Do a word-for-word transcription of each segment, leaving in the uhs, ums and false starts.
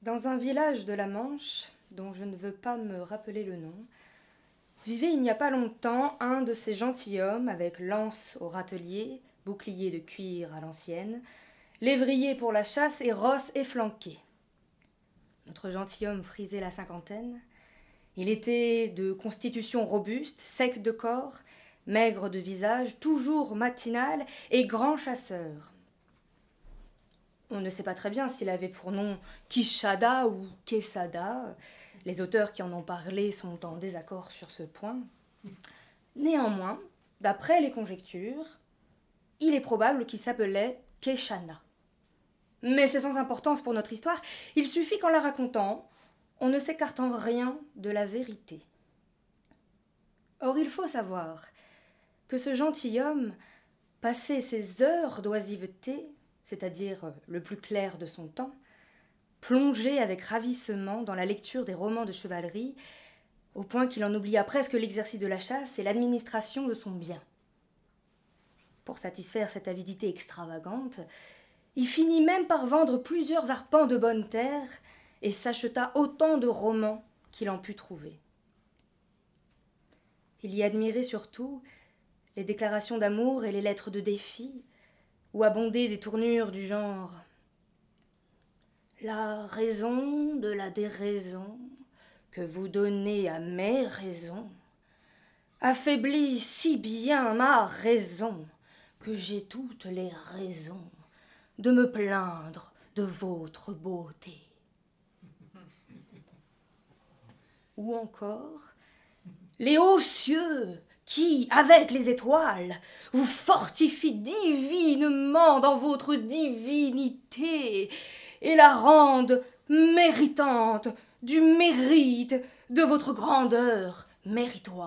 Dans un village de la Manche, dont je ne veux pas me rappeler le nom, vivait il n'y a pas longtemps un de ces gentilshommes avec lance au râtelier, bouclier de cuir à l'ancienne, lévrier pour la chasse et rosse efflanquée. Notre gentilhomme frisait la cinquantaine. Il était de constitution robuste, sec de corps, maigre de visage, toujours matinal et grand chasseur. On ne sait pas très bien s'il avait pour nom Quixada ou Quesada. Les auteurs qui en ont parlé sont en désaccord sur ce point. Néanmoins, d'après les conjectures, il est probable qu'il s'appelait Quechana. Mais c'est sans importance pour notre histoire. Il suffit qu'en la racontant, on ne s'écarte en rien de la vérité. Or, il faut savoir que ce gentilhomme passait ses heures d'oisiveté, c'est-à-dire le plus clair de son temps, plongé avec ravissement dans la lecture des romans de chevalerie, au point qu'il en oublia presque l'exercice de la chasse et l'administration de son bien. Pour satisfaire cette avidité extravagante, il finit même par vendre plusieurs arpents de bonne terre et s'acheta autant de romans qu'il en put trouver. Il y admirait surtout les déclarations d'amour et les lettres de défi, où abondaient des tournures du genre « La raison de la déraison que vous donnez à mes raisons affaiblit si bien ma raison que j'ai toutes les raisons de me plaindre de votre beauté. » Ou encore « Les hauts cieux qui, avec les étoiles, vous fortifient divinement dans votre divinité et la rendent méritante du mérite de votre grandeur méritoire. »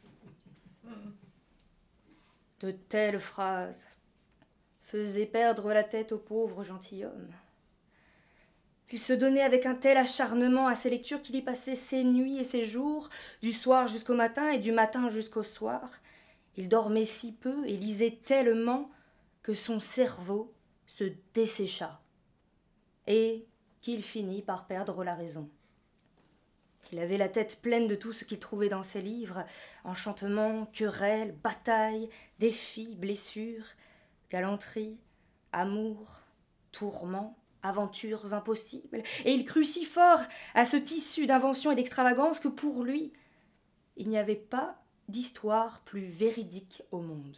De telles phrases faisaient perdre la tête au pauvre gentilhomme. Il se donnait avec un tel acharnement à ses lectures qu'il y passait ses nuits et ses jours, du soir jusqu'au matin et du matin jusqu'au soir. Il dormait si peu et lisait tellement que son cerveau se dessécha et qu'il finit par perdre la raison. Il avait la tête pleine de tout ce qu'il trouvait dans ses livres, enchantements, querelles, batailles, défis, blessures, galanteries, amour, tourments, aventures impossibles, et il crut si fort à ce tissu d'invention et d'extravagance que pour lui, il n'y avait pas d'histoire plus véridique au monde.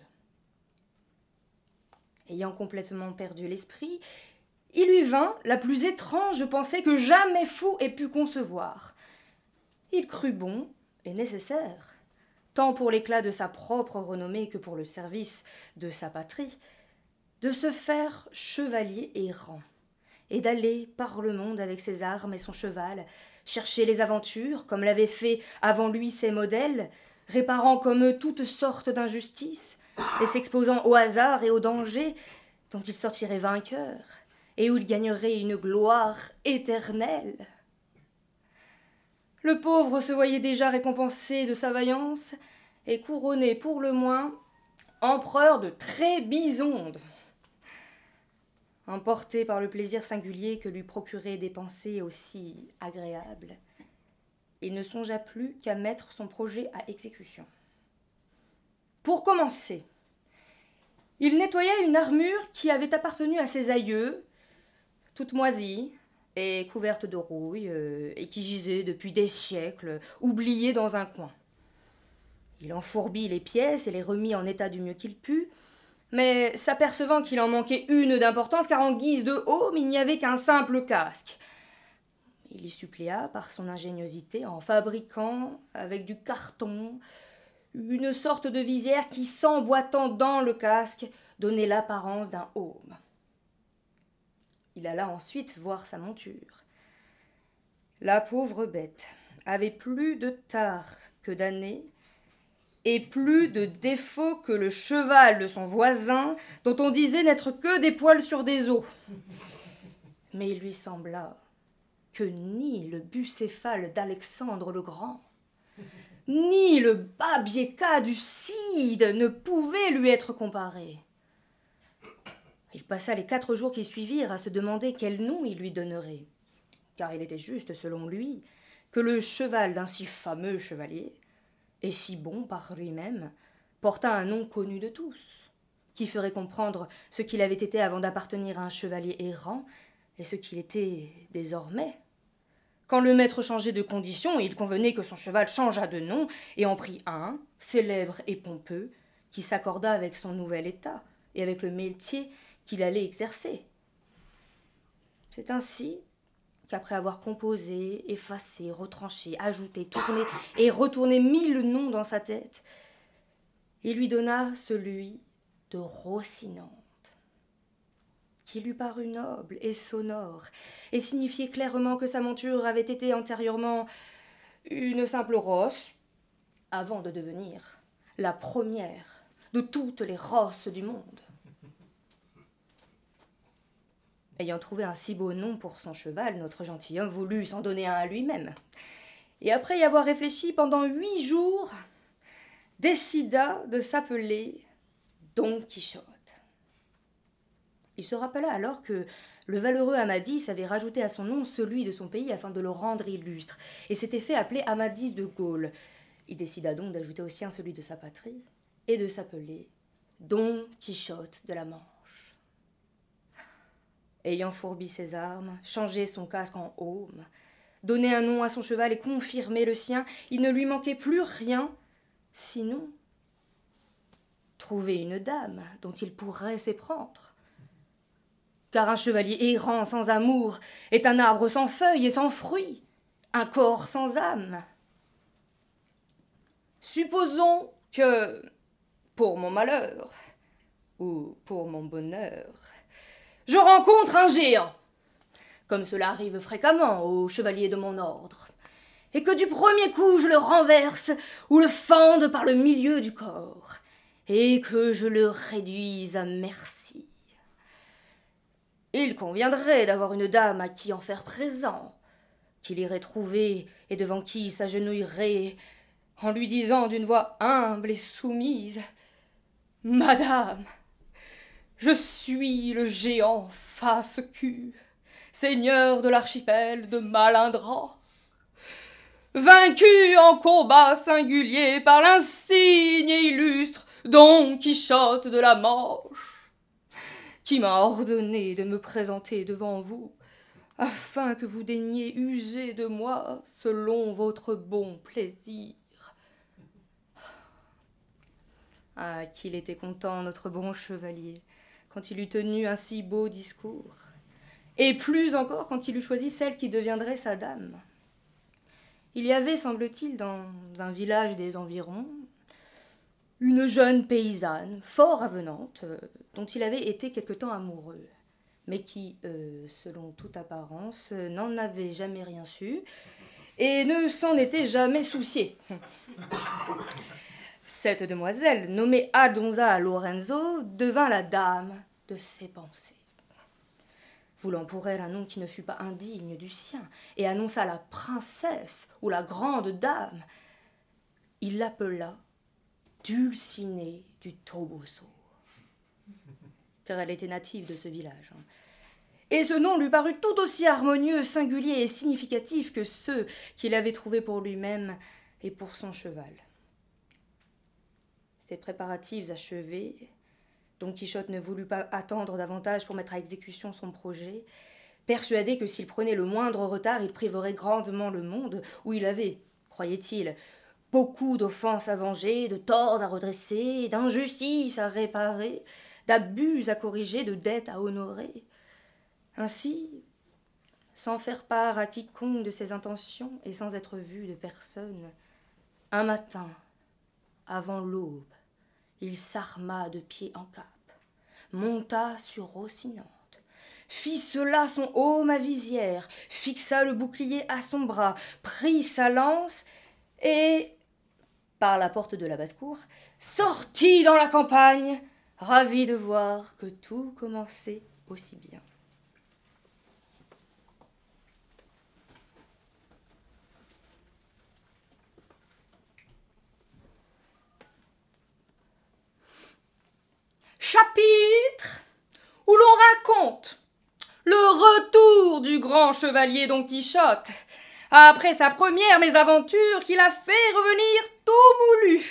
Ayant complètement perdu l'esprit, il lui vint la plus étrange pensée que jamais fou ait pu concevoir. Il crut bon et nécessaire, tant pour l'éclat de sa propre renommée que pour le service de sa patrie, de se faire chevalier errant et d'aller par le monde avec ses armes et son cheval, chercher les aventures, comme l'avaient fait avant lui ses modèles, réparant comme eux toutes sortes d'injustices, et s'exposant au hasard et au danger, dont il sortirait vainqueur, et où il gagnerait une gloire éternelle. Le pauvre se voyait déjà récompensé de sa vaillance, et couronné pour le moins empereur de Trébizonde. Emporté par le plaisir singulier que lui procuraient des pensées aussi agréables, il ne songea plus qu'à mettre son projet à exécution. Pour commencer, il nettoya une armure qui avait appartenu à ses aïeux, toute moisie et couverte de rouille, euh, et qui gisait depuis des siècles, oubliée dans un coin. Il enfourbit les pièces et les remit en état du mieux qu'il put, mais s'apercevant qu'il en manquait une d'importance, car en guise de aume, il n'y avait qu'un simple casque. Il y suppléa par son ingéniosité en fabriquant, avec du carton, une sorte de visière qui, s'emboîtant dans le casque, donnait l'apparence d'un aume. Il alla ensuite voir sa monture. La pauvre bête avait plus de tard que d'années, et plus de défauts que le cheval de son voisin, dont on disait n'être que des poils sur des os. Mais il lui sembla que ni le bucéphale d'Alexandre le Grand, ni le Babieca du Cid ne pouvaient lui être comparés. Il passa les quatre jours qui suivirent à se demander quel nom il lui donnerait. car il était juste, selon lui, que le cheval d'un si fameux chevalier, et si bon par lui-même, portât un nom connu de tous, qui ferait comprendre ce qu'il avait été avant d'appartenir à un chevalier errant, et ce qu'il était désormais. Quand le maître changeait de condition, il convenait que son cheval changeât de nom, et en prit un, célèbre et pompeux, qui s'accorda avec son nouvel état, et avec le métier qu'il allait exercer. C'est ainsi qu'après avoir composé, effacé, retranché, ajouté, tourné et retourné mille noms dans sa tête, il lui donna celui de Rocinante, qui lui parut noble et sonore, et signifiait clairement que sa monture avait été antérieurement une simple rosse, avant de devenir la première de toutes les rosses du monde. Ayant trouvé un si beau nom pour son cheval, notre gentilhomme voulut s'en donner un à lui-même. Et après y avoir réfléchi pendant huit jours, décida de s'appeler Don Quichotte. Il se rappela alors que le valeureux Amadis avait rajouté à son nom celui de son pays afin de le rendre illustre, et s'était fait appeler Amadis de Gaule. Il décida donc d'ajouter au sien celui de sa patrie, et de s'appeler Don Quichotte de la Manche. Ayant fourbi ses armes, changé son casque en aume, donné un nom à son cheval et confirmé le sien, il ne lui manquait plus rien, sinon trouver une dame dont il pourrait s'éprendre. Car un chevalier errant sans amour est un arbre sans feuilles et sans fruits, un corps sans âme. Supposons que, pour mon malheur, ou pour mon bonheur, je rencontre un géant, comme cela arrive fréquemment aux chevaliers de mon ordre, et que du premier coup je le renverse ou le fende par le milieu du corps, et que je le réduise à merci. Il conviendrait d'avoir une dame à qui en faire présent, qu'il irait trouver et devant qui il s'agenouillerait en lui disant d'une voix humble et soumise « Madame, je suis le géant Face-Cul, seigneur de l'archipel de Malindran, vaincu en combat singulier par l'insigne et illustre Don Quichotte de la Manche, qui m'a ordonné de me présenter devant vous, afin que vous daigniez user de moi selon votre bon plaisir. » Ah, qu'il était content, notre bon chevalier, quand il eut tenu un si beau discours, et plus encore quand il eut choisi celle qui deviendrait sa dame. Il y avait, semble-t-il, dans un village des environs, une jeune paysanne, fort avenante, euh, dont il avait été quelque temps amoureux, mais qui, euh, selon toute apparence, euh, n'en avait jamais rien su, et ne s'en était jamais soucié. Cette demoiselle, nommée Aldonza Lorenzo, devint la dame de ses pensées. Voulant pour elle un nom qui ne fût pas indigne du sien, et annonça la princesse ou la grande dame, il l'appela Dulcinée du Toboso, car elle était native de ce village. Et ce nom lui parut tout aussi harmonieux, singulier et significatif que ceux qu'il avait trouvés pour lui-même et pour son cheval. Ces préparatifs achevés, Don Quichotte ne voulut pas attendre davantage pour mettre à exécution son projet, persuadé que s'il prenait le moindre retard, il priverait grandement le monde, où il avait, croyait-il, beaucoup d'offenses à venger, de torts à redresser, d'injustices à réparer, d'abus à corriger, de dettes à honorer. Ainsi, sans faire part à quiconque de ses intentions et sans être vu de personne, un matin, avant l'aube, il s'arma de pied en cap, monta sur Rocinante, ficela son aume à visière, fixa le bouclier à son bras, prit sa lance et, par la porte de la basse-cour, sortit dans la campagne, ravi de voir que tout commençait aussi bien. Chapitre où l'on raconte le retour tour du grand chevalier Don Quichotte, après sa première mésaventure qui l'a fait revenir tout moulu.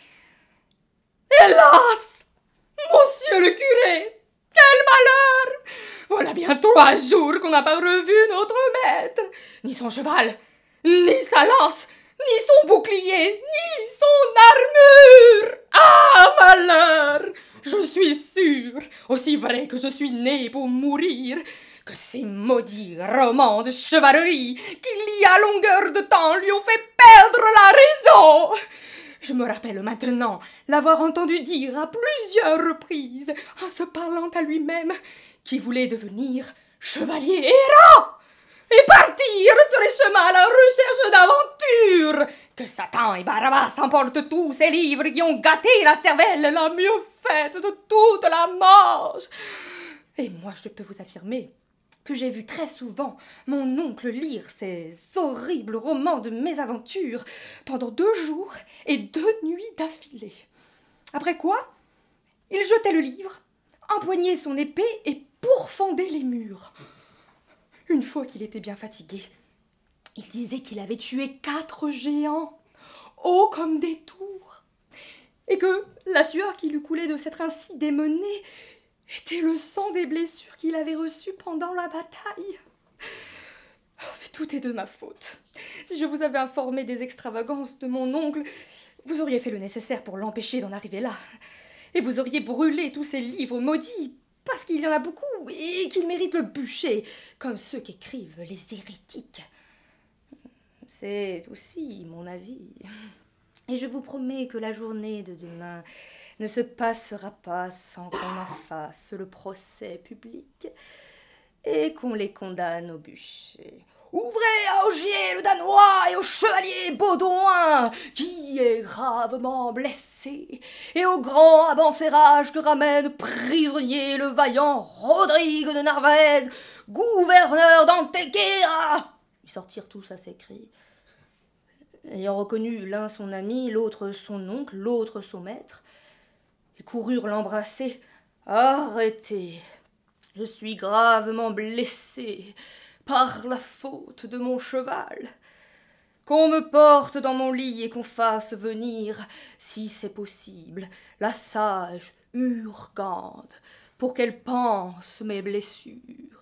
Hélas, monsieur le curé, quel malheur! Voilà bien trois jours qu'on n'a pas revu notre maître, ni son cheval, ni sa lance, ni son bouclier, ni son armure. Ah, malheur! Je suis sûre, aussi vrai que je suis née pour mourir, que ces maudits romans de chevalerie qu'il y a longueur de temps lui ont fait perdre la raison. Je me rappelle maintenant l'avoir entendu dire à plusieurs reprises, en se parlant à lui-même, qu'il voulait devenir chevalier errant et partir sur les chemins à la recherche d'aventures. Que Satan et Barabbas emportent tous ces livres qui ont gâté la cervelle la mieux faite de toute la Manche. Et moi, je peux vous affirmer que j'ai vu très souvent mon oncle lire ces horribles romans de mésaventures pendant deux jours et deux nuits d'affilée. Après quoi, il jetait le livre, empoignait son épée et pourfendait les murs. Une fois qu'il était bien fatigué, il disait qu'il avait tué quatre géants, hauts comme des tours, et que la sueur qui lui coulait de s'être ainsi démené était le sang des blessures qu'il avait reçues pendant la bataille. Oh, mais tout est de ma faute. Si je vous avais informé des extravagances de mon oncle, vous auriez fait le nécessaire pour l'empêcher d'en arriver là, et vous auriez brûlé tous ces livres maudits, parce qu'il y en a beaucoup et qu'ils méritent le bûcher, comme ceux qu'écrivent les hérétiques. C'est aussi mon avis. Et je vous promets que la journée de demain ne se passera pas sans qu'on en fasse le procès public et qu'on les condamne au bûcher. Ouvrez à Ogier le Danois et au chevalier Baudouin, qui est gravement blessé, et au grand avancérage que ramène prisonnier le vaillant Rodrigue de Narvaez, gouverneur d'Antequera. Ils sortirent tous à ses cris. Ayant reconnu l'un son ami, l'autre son oncle, l'autre son maître, ils coururent l'embrasser. Arrêtez, je suis gravement blessé par la faute de mon cheval. Qu'on me porte dans mon lit et qu'on fasse venir, si c'est possible, la sage Urgande, pour qu'elle panse mes blessures.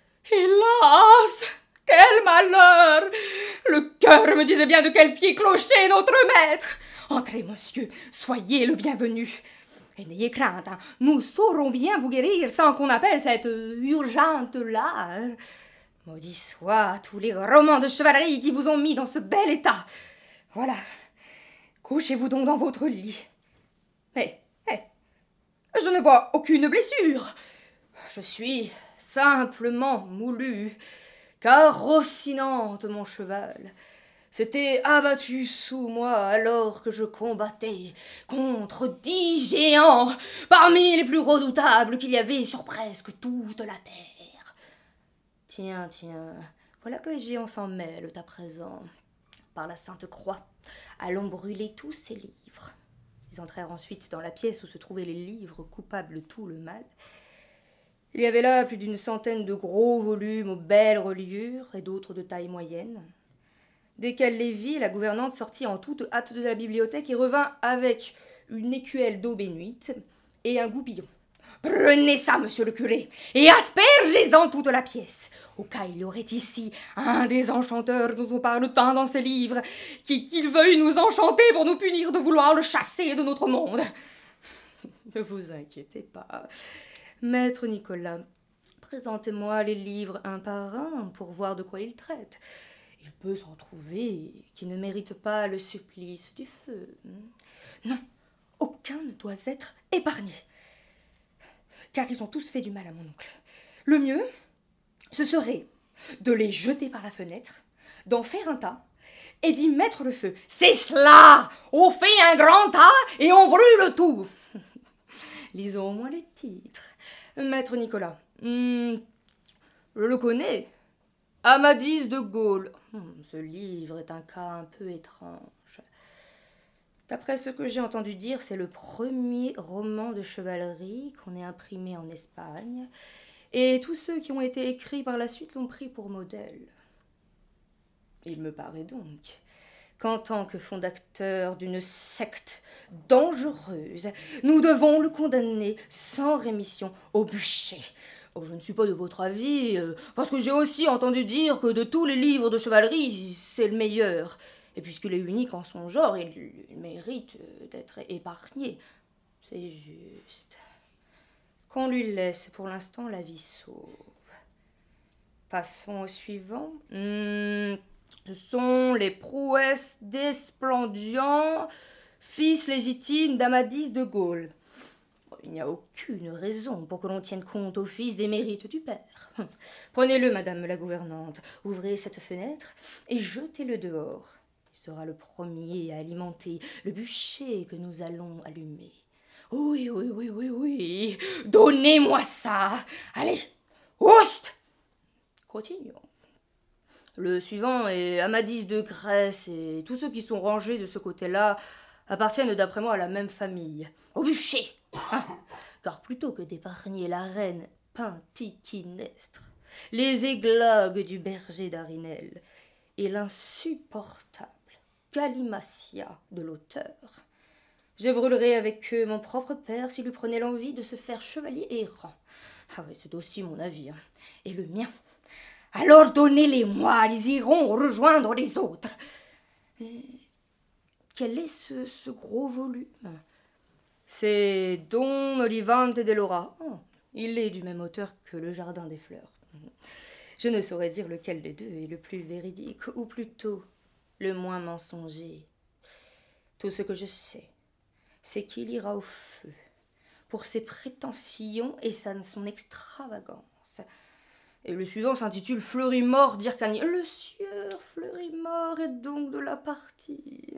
Hélas! Quel malheur! Le cœur me disait bien de quel pied clocher notre maître. Entrez, monsieur, soyez le bienvenu. Et n'ayez crainte, hein, nous saurons bien vous guérir sans qu'on appelle cette urgente-là. Maudits soient tous les romans de chevalerie qui vous ont mis dans ce bel état. Voilà, couchez-vous donc dans votre lit. Mais, hé, je ne vois aucune blessure. Je suis simplement moulu, car Rocinante, mon cheval, s'était abattu sous moi alors que je combattais contre dix géants, parmi les plus redoutables qu'il y avait sur presque toute la terre. Tiens, tiens, voilà que les géants s'en mêlent à présent. Par la Sainte Croix, allons brûler tous ces livres. Ils entrèrent ensuite dans la pièce où se trouvaient les livres coupables de tout le mal. Il y avait là plus d'une centaine de gros volumes aux belles reliures et d'autres de taille moyenne. Dès qu'elle les vit, la gouvernante sortit en toute hâte de la bibliothèque et revint avec une écuelle d'eau bénite et un goupillon. « Prenez ça, monsieur le curé, et aspergez-en toute la pièce, au cas il y aurait ici un des enchanteurs dont on parle tant dans ces livres, qui qu'il veuille nous enchanter pour nous punir de vouloir le chasser de notre monde. » Ne vous inquiétez pas, maître Nicolas, présentez-moi les livres un par un pour voir de quoi ils traitent. Il peut s'en trouver qui ne méritent pas le supplice du feu. Non, aucun ne doit être épargné, car ils ont tous fait du mal à mon oncle. Le mieux, ce serait de les jeter par la fenêtre, d'en faire un tas et d'y mettre le feu. C'est cela! On fait un grand tas et on brûle tout. Lisons au moins les titres. Maître Nicolas, hmm, je le connais. Amadis de Gaulle. Hmm, ce livre est un cas un peu étrange. D'après ce que j'ai entendu dire, c'est le premier roman de chevalerie qu'on ait imprimé en Espagne et tous ceux qui ont été écrits par la suite l'ont pris pour modèle. Il me paraît donc qu'en tant que fondateur d'une secte dangereuse, nous devons le condamner sans rémission au bûcher. Oh, je ne suis pas de votre avis, euh, parce que j'ai aussi entendu dire que de tous les livres de chevalerie, c'est le meilleur. Et puisqu'il est unique en son genre, il, il mérite d'être épargné. C'est juste. Qu'on lui laisse pour l'instant la vie sauve. Passons au suivant. Hmm, ce sont les prouesses d'Esplandian, fils légitime d'Amadis de Gaulle. Il n'y a aucune raison pour que l'on tienne compte au fils des mérites du père. Prenez-le, madame la gouvernante, ouvrez cette fenêtre et jetez-le dehors. Il sera le premier à alimenter le bûcher que nous allons allumer. Oui, oui, oui, oui, oui, donnez-moi ça. Allez, oust! Continuons. Le suivant est Amadis de Grèce, et tous ceux qui sont rangés de ce côté-là appartiennent d'après moi à la même famille. Au bûcher! Ah, car plutôt que d'épargner la reine Pentiquinestre, les églogues du berger d'Arinel et l'insupportable Galimatia de l'auteur, je brûlerai avec eux mon propre père s'il lui prenait l'envie de se faire chevalier errant. Ah oui, c'est aussi mon avis, hein. Et le mien. Alors donnez-les-moi, ils iront rejoindre les autres. Et quel est ce, ce gros volume? C'est Don Olivante de Laura. Oh, il est du même auteur que Le Jardin des Fleurs. Je ne saurais dire lequel des deux est le plus véridique, ou plutôt le moins mensonger. Tout ce que je sais, c'est qu'il ira au feu pour ses prétentions et son extravagance. Et le suivant s'intitule Fleurimort d'Hyrcanie. Le sieur Fleurimort est donc de la partie.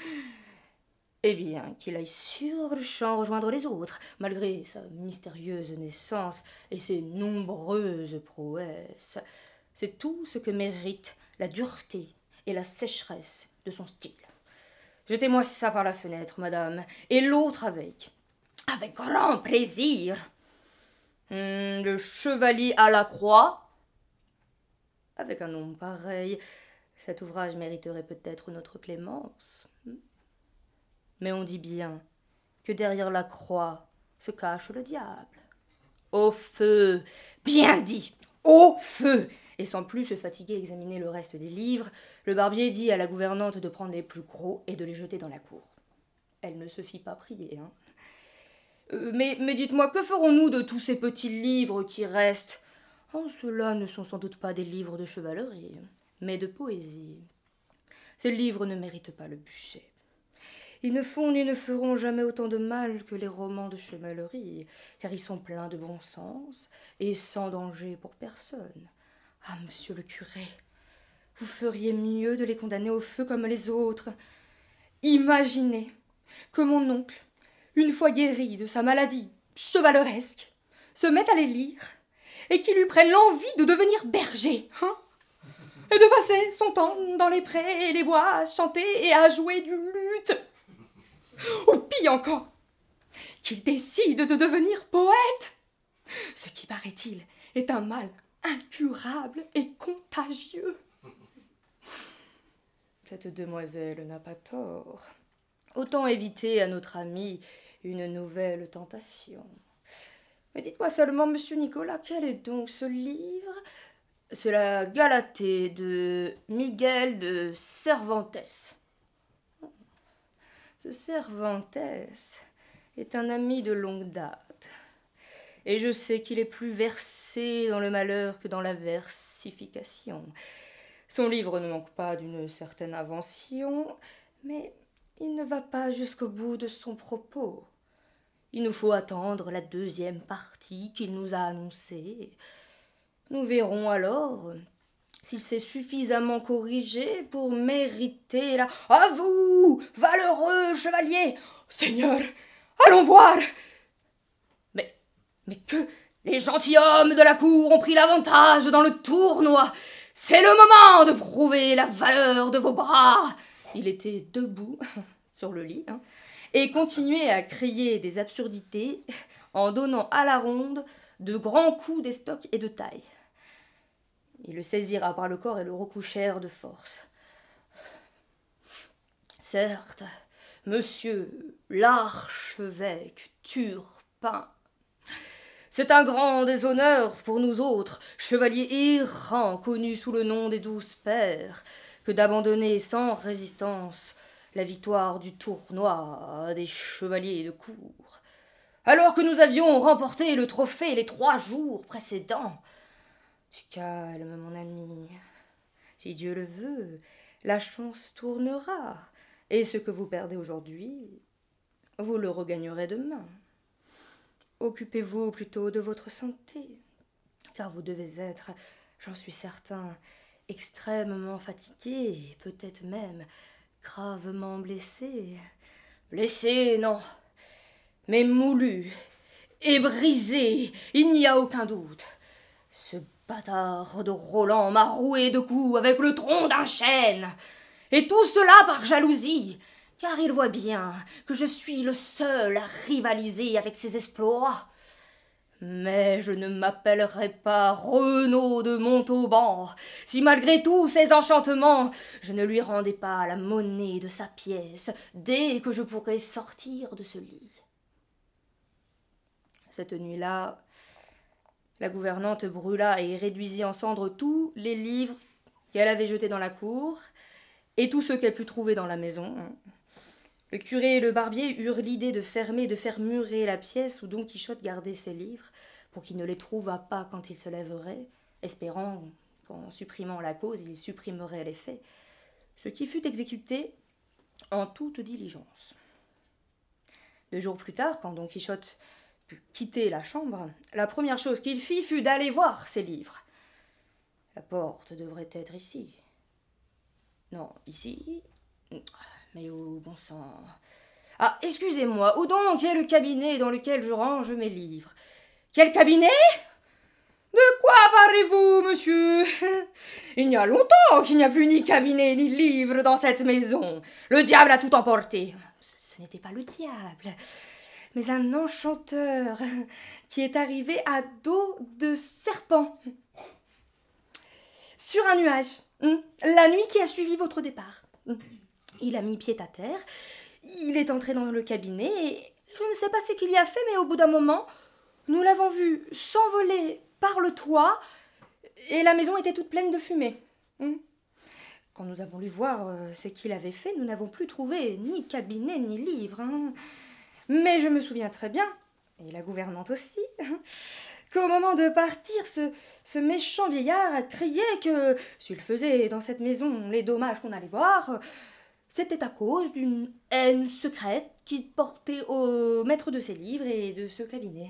Eh bien, qu'il aille sur le champ rejoindre les autres, malgré sa mystérieuse naissance et ses nombreuses prouesses. C'est tout ce que mérite la dureté et la sécheresse de son style. Jetez-moi ça par la fenêtre, madame, et l'autre avec. Avec grand plaisir. Hum, le chevalier à la croix. Avec un nom pareil, cet ouvrage mériterait peut-être notre clémence. Mais on dit bien que derrière la croix se cache le diable. Au feu, bien dit, au feu. Et sans plus se fatiguer à examiner le reste des livres, le barbier dit à la gouvernante de prendre les plus gros et de les jeter dans la cour. Elle ne se fit pas prier, hein. Euh, mais, mais dites-moi, que ferons-nous de tous ces petits livres qui restent? Oh, ceux-là ne sont sans doute pas des livres de chevalerie, mais de poésie. Ces livres ne méritent pas le bûcher. Ils ne font ni ne feront jamais autant de mal que les romans de chevalerie, car ils sont pleins de bon sens et sans danger pour personne. Ah, monsieur le curé, vous feriez mieux de les condamner au feu comme les autres. Imaginez que mon oncle, une fois guéri de sa maladie chevaleresque, se mette à les lire et qu'il lui prenne l'envie de devenir berger, hein, et de passer son temps dans les prés et les bois à chanter et à jouer du luth. Ou pire encore, qu'il décide de devenir poète, ce qui, paraît-il, est un mal incurable et contagieux. Cette demoiselle n'a pas tort. Autant éviter à notre ami une nouvelle tentation. Mais dites-moi seulement, monsieur Nicolas, quel est donc ce livre? C'est la Galatée de Miguel de Cervantes. Ce Cervantes est un ami de longue date, et je sais qu'il est plus versé dans le malheur que dans la versification. Son livre ne manque pas d'une certaine invention, mais il ne va pas jusqu'au bout de son propos. Il nous faut attendre la deuxième partie qu'il nous a annoncée. Nous verrons alors s'il s'est suffisamment corrigé pour mériter la... « À vous, valeureux chevalier! Seigneur, allons voir !» Mais, mais que les gentilshommes de la cour ont pris l'avantage dans le tournoi. C'est le moment de prouver la valeur de vos bras. Il était debout sur le lit, hein, et continuait à crier des absurdités en donnant à la ronde de grands coups d'estoc et de taille. Ils le saisirent par le corps et le recouchèrent de force. Certes, monsieur l'archevêque Turpin, c'est un grand déshonneur pour nous autres, chevaliers errants connus sous le nom des douze pères, que d'abandonner sans résistance la victoire du tournoi des chevaliers de cour, alors que nous avions remporté le trophée les trois jours précédents. Tu calmes, mon ami. Si Dieu le veut, la chance tournera, et ce que vous perdez aujourd'hui, vous le regagnerez demain. Occupez-vous plutôt de votre santé, car vous devez être, j'en suis certain, extrêmement fatigué, peut-être même gravement blessé. Blessé, non, mais moulu et brisé, il n'y a aucun doute. Ce bâtard de Roland m'a roué de coups avec le tronc d'un chêne, et tout cela par jalousie, car il voit bien que je suis le seul à rivaliser avec ses exploits. Mais je ne m'appellerai pas Renaud de Montauban si malgré tous ses enchantements je ne lui rendais pas la monnaie de sa pièce dès que je pourrais sortir de ce lit. Cette nuit-là, la gouvernante brûla et réduisit en cendres tous les livres qu'elle avait jetés dans la cour et tous ceux qu'elle put trouver dans la maison. Le curé et le barbier eurent l'idée de fermer, de faire murer la pièce où Don Quichotte gardait ses livres, pour qu'il ne les trouvât pas quand il se lèverait, espérant qu'en supprimant la cause, il supprimerait les faits, ce qui fut exécuté en toute diligence. Deux jours plus tard, quand Don Quichotte put quitter la chambre, la première chose qu'il fit fut d'aller voir ses livres. La porte devrait être ici. Non, ici... Mais oh, bon sang... Ah, excusez-moi, où donc est le cabinet dans lequel je range mes livres? Quel cabinet? De quoi parlez-vous, monsieur? Il y a longtemps qu'il n'y a plus ni cabinet ni livre dans cette maison. Le diable a tout emporté. Ce, ce n'était pas le diable, mais un enchanteur qui est arrivé à dos de serpent sur un nuage, la nuit qui a suivi votre départ. Il a mis pied à terre, il est entré dans le cabinet et je ne sais pas ce qu'il y a fait, mais au bout d'un moment, nous l'avons vu s'envoler par le toit et la maison était toute pleine de fumée. Quand nous avons lu voir ce qu'il avait fait, nous n'avons plus trouvé ni cabinet ni livre. Mais je me souviens très bien, et la gouvernante aussi, qu'au moment de partir, ce, ce méchant vieillard a crié que s'il faisait dans cette maison les dommages qu'on allait voir, c'était à cause d'une haine secrète qu'il portait au maître de ses livres et de ce cabinet.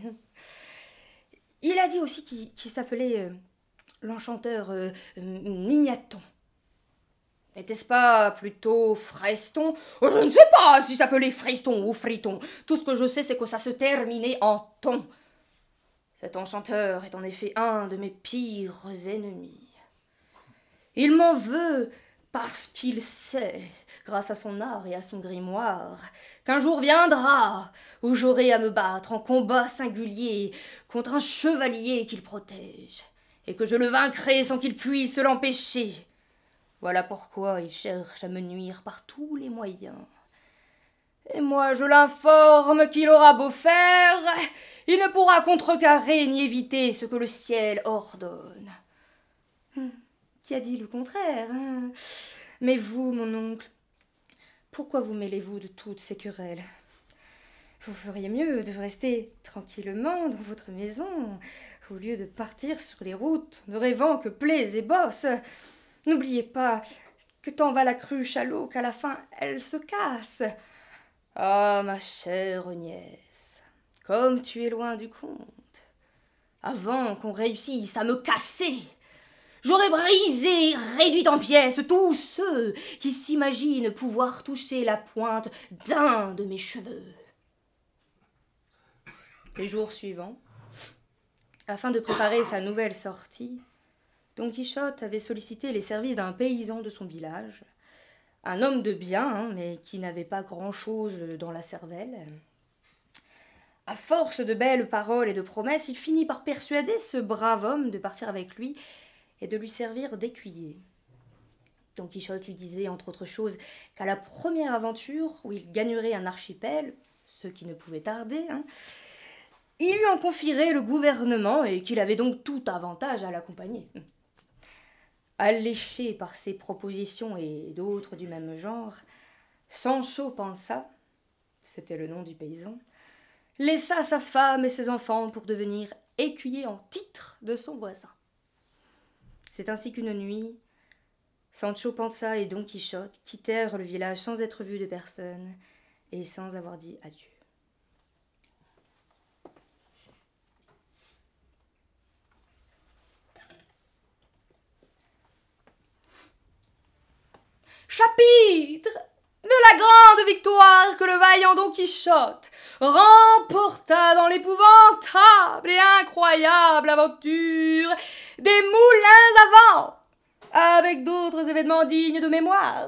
Il a dit aussi qu'il, qu'il s'appelait euh, l'enchanteur euh, Mignaton. N'était-ce pas plutôt Freston? Je ne sais pas si ça s'appelait Freston ou Friton. Tout ce que je sais, c'est que ça se terminait en ton. Cet enchanteur est en effet un de mes pires ennemis. Il m'en veut parce qu'il sait, grâce à son art et à son grimoire, qu'un jour viendra où j'aurai à me battre en combat singulier contre un chevalier qu'il protège, et que je le vaincrai sans qu'il puisse l'empêcher. Voilà pourquoi il cherche à me nuire par tous les moyens. Et moi je l'informe qu'il aura beau faire, il ne pourra contrecarrer ni éviter ce que le ciel ordonne. Qui a dit le contraire? Mais vous, mon oncle, pourquoi vous mêlez-vous de toutes ces querelles? Vous feriez mieux de rester tranquillement dans votre maison, au lieu de partir sur les routes, ne rêvant que plaies et bosses. N'oubliez pas que tant va la cruche à l'eau qu'à la fin elle se casse. Ah, ma chère nièce, comme tu es loin du compte. Avant qu'on réussisse à me casser, j'aurais brisé et réduit en pièces tous ceux qui s'imaginent pouvoir toucher la pointe d'un de mes cheveux. Les jours suivants, afin de préparer sa nouvelle sortie, Don Quichotte avait sollicité les services d'un paysan de son village, un homme de bien, hein, mais qui n'avait pas grand-chose dans la cervelle. À force de belles paroles et de promesses, il finit par persuader ce brave homme de partir avec lui et de lui servir d'écuyer. Don Quichotte lui disait, entre autres choses, qu'à la première aventure où il gagnerait un archipel, ce qui ne pouvait tarder, hein, il lui en confierait le gouvernement et qu'il avait donc tout avantage à l'accompagner. Alléché par ces propositions et d'autres du même genre, Sancho Panza, c'était le nom du paysan, laissa sa femme et ses enfants pour devenir écuyer en titre de son voisin. C'est ainsi qu'une nuit, Sancho Panza et Don Quichotte quittèrent le village sans être vus de personne et sans avoir dit adieu. Chapitre de la grande victoire que le vaillant Don Quichotte remporta dans l'épouvantable et incroyable aventure des moulins à vent, avec d'autres événements dignes de mémoire.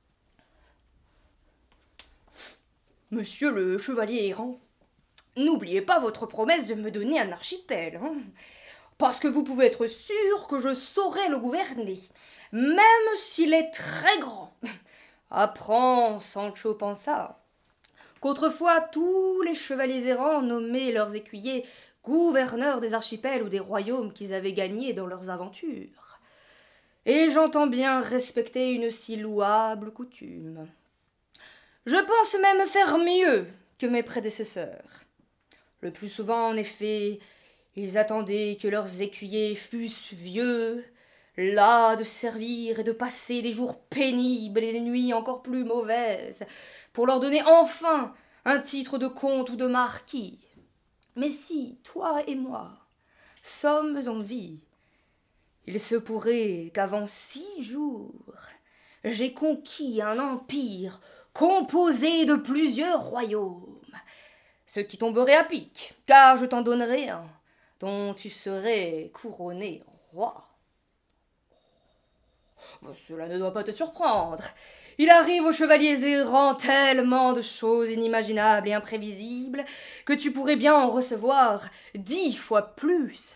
Monsieur le chevalier errant, n'oubliez pas votre promesse de me donner un archipel, hein, parce que vous pouvez être sûr que je saurai le gouverner, même s'il est très grand. Apprends, Sancho Panza, qu'autrefois tous les chevaliers errants nommaient leurs écuyers gouverneurs des archipels ou des royaumes qu'ils avaient gagnés dans leurs aventures. Et j'entends bien respecter une si louable coutume. Je pense même faire mieux que mes prédécesseurs. Le plus souvent, en effet, ils attendaient que leurs écuyers fussent vieux, las de servir et de passer des jours pénibles et des nuits encore plus mauvaises, pour leur donner enfin un titre de comte ou de marquis. Mais si, toi et moi, sommes en vie, il se pourrait qu'avant six jours, j'ai conquis un empire composé de plusieurs royaumes, ce qui tomberait à pic, car je t'en donnerai un, dont tu serais couronné roi. Cela ne doit pas te surprendre. Il arrive aux chevaliers errants tellement de choses inimaginables et imprévisibles que tu pourrais bien en recevoir dix fois plus.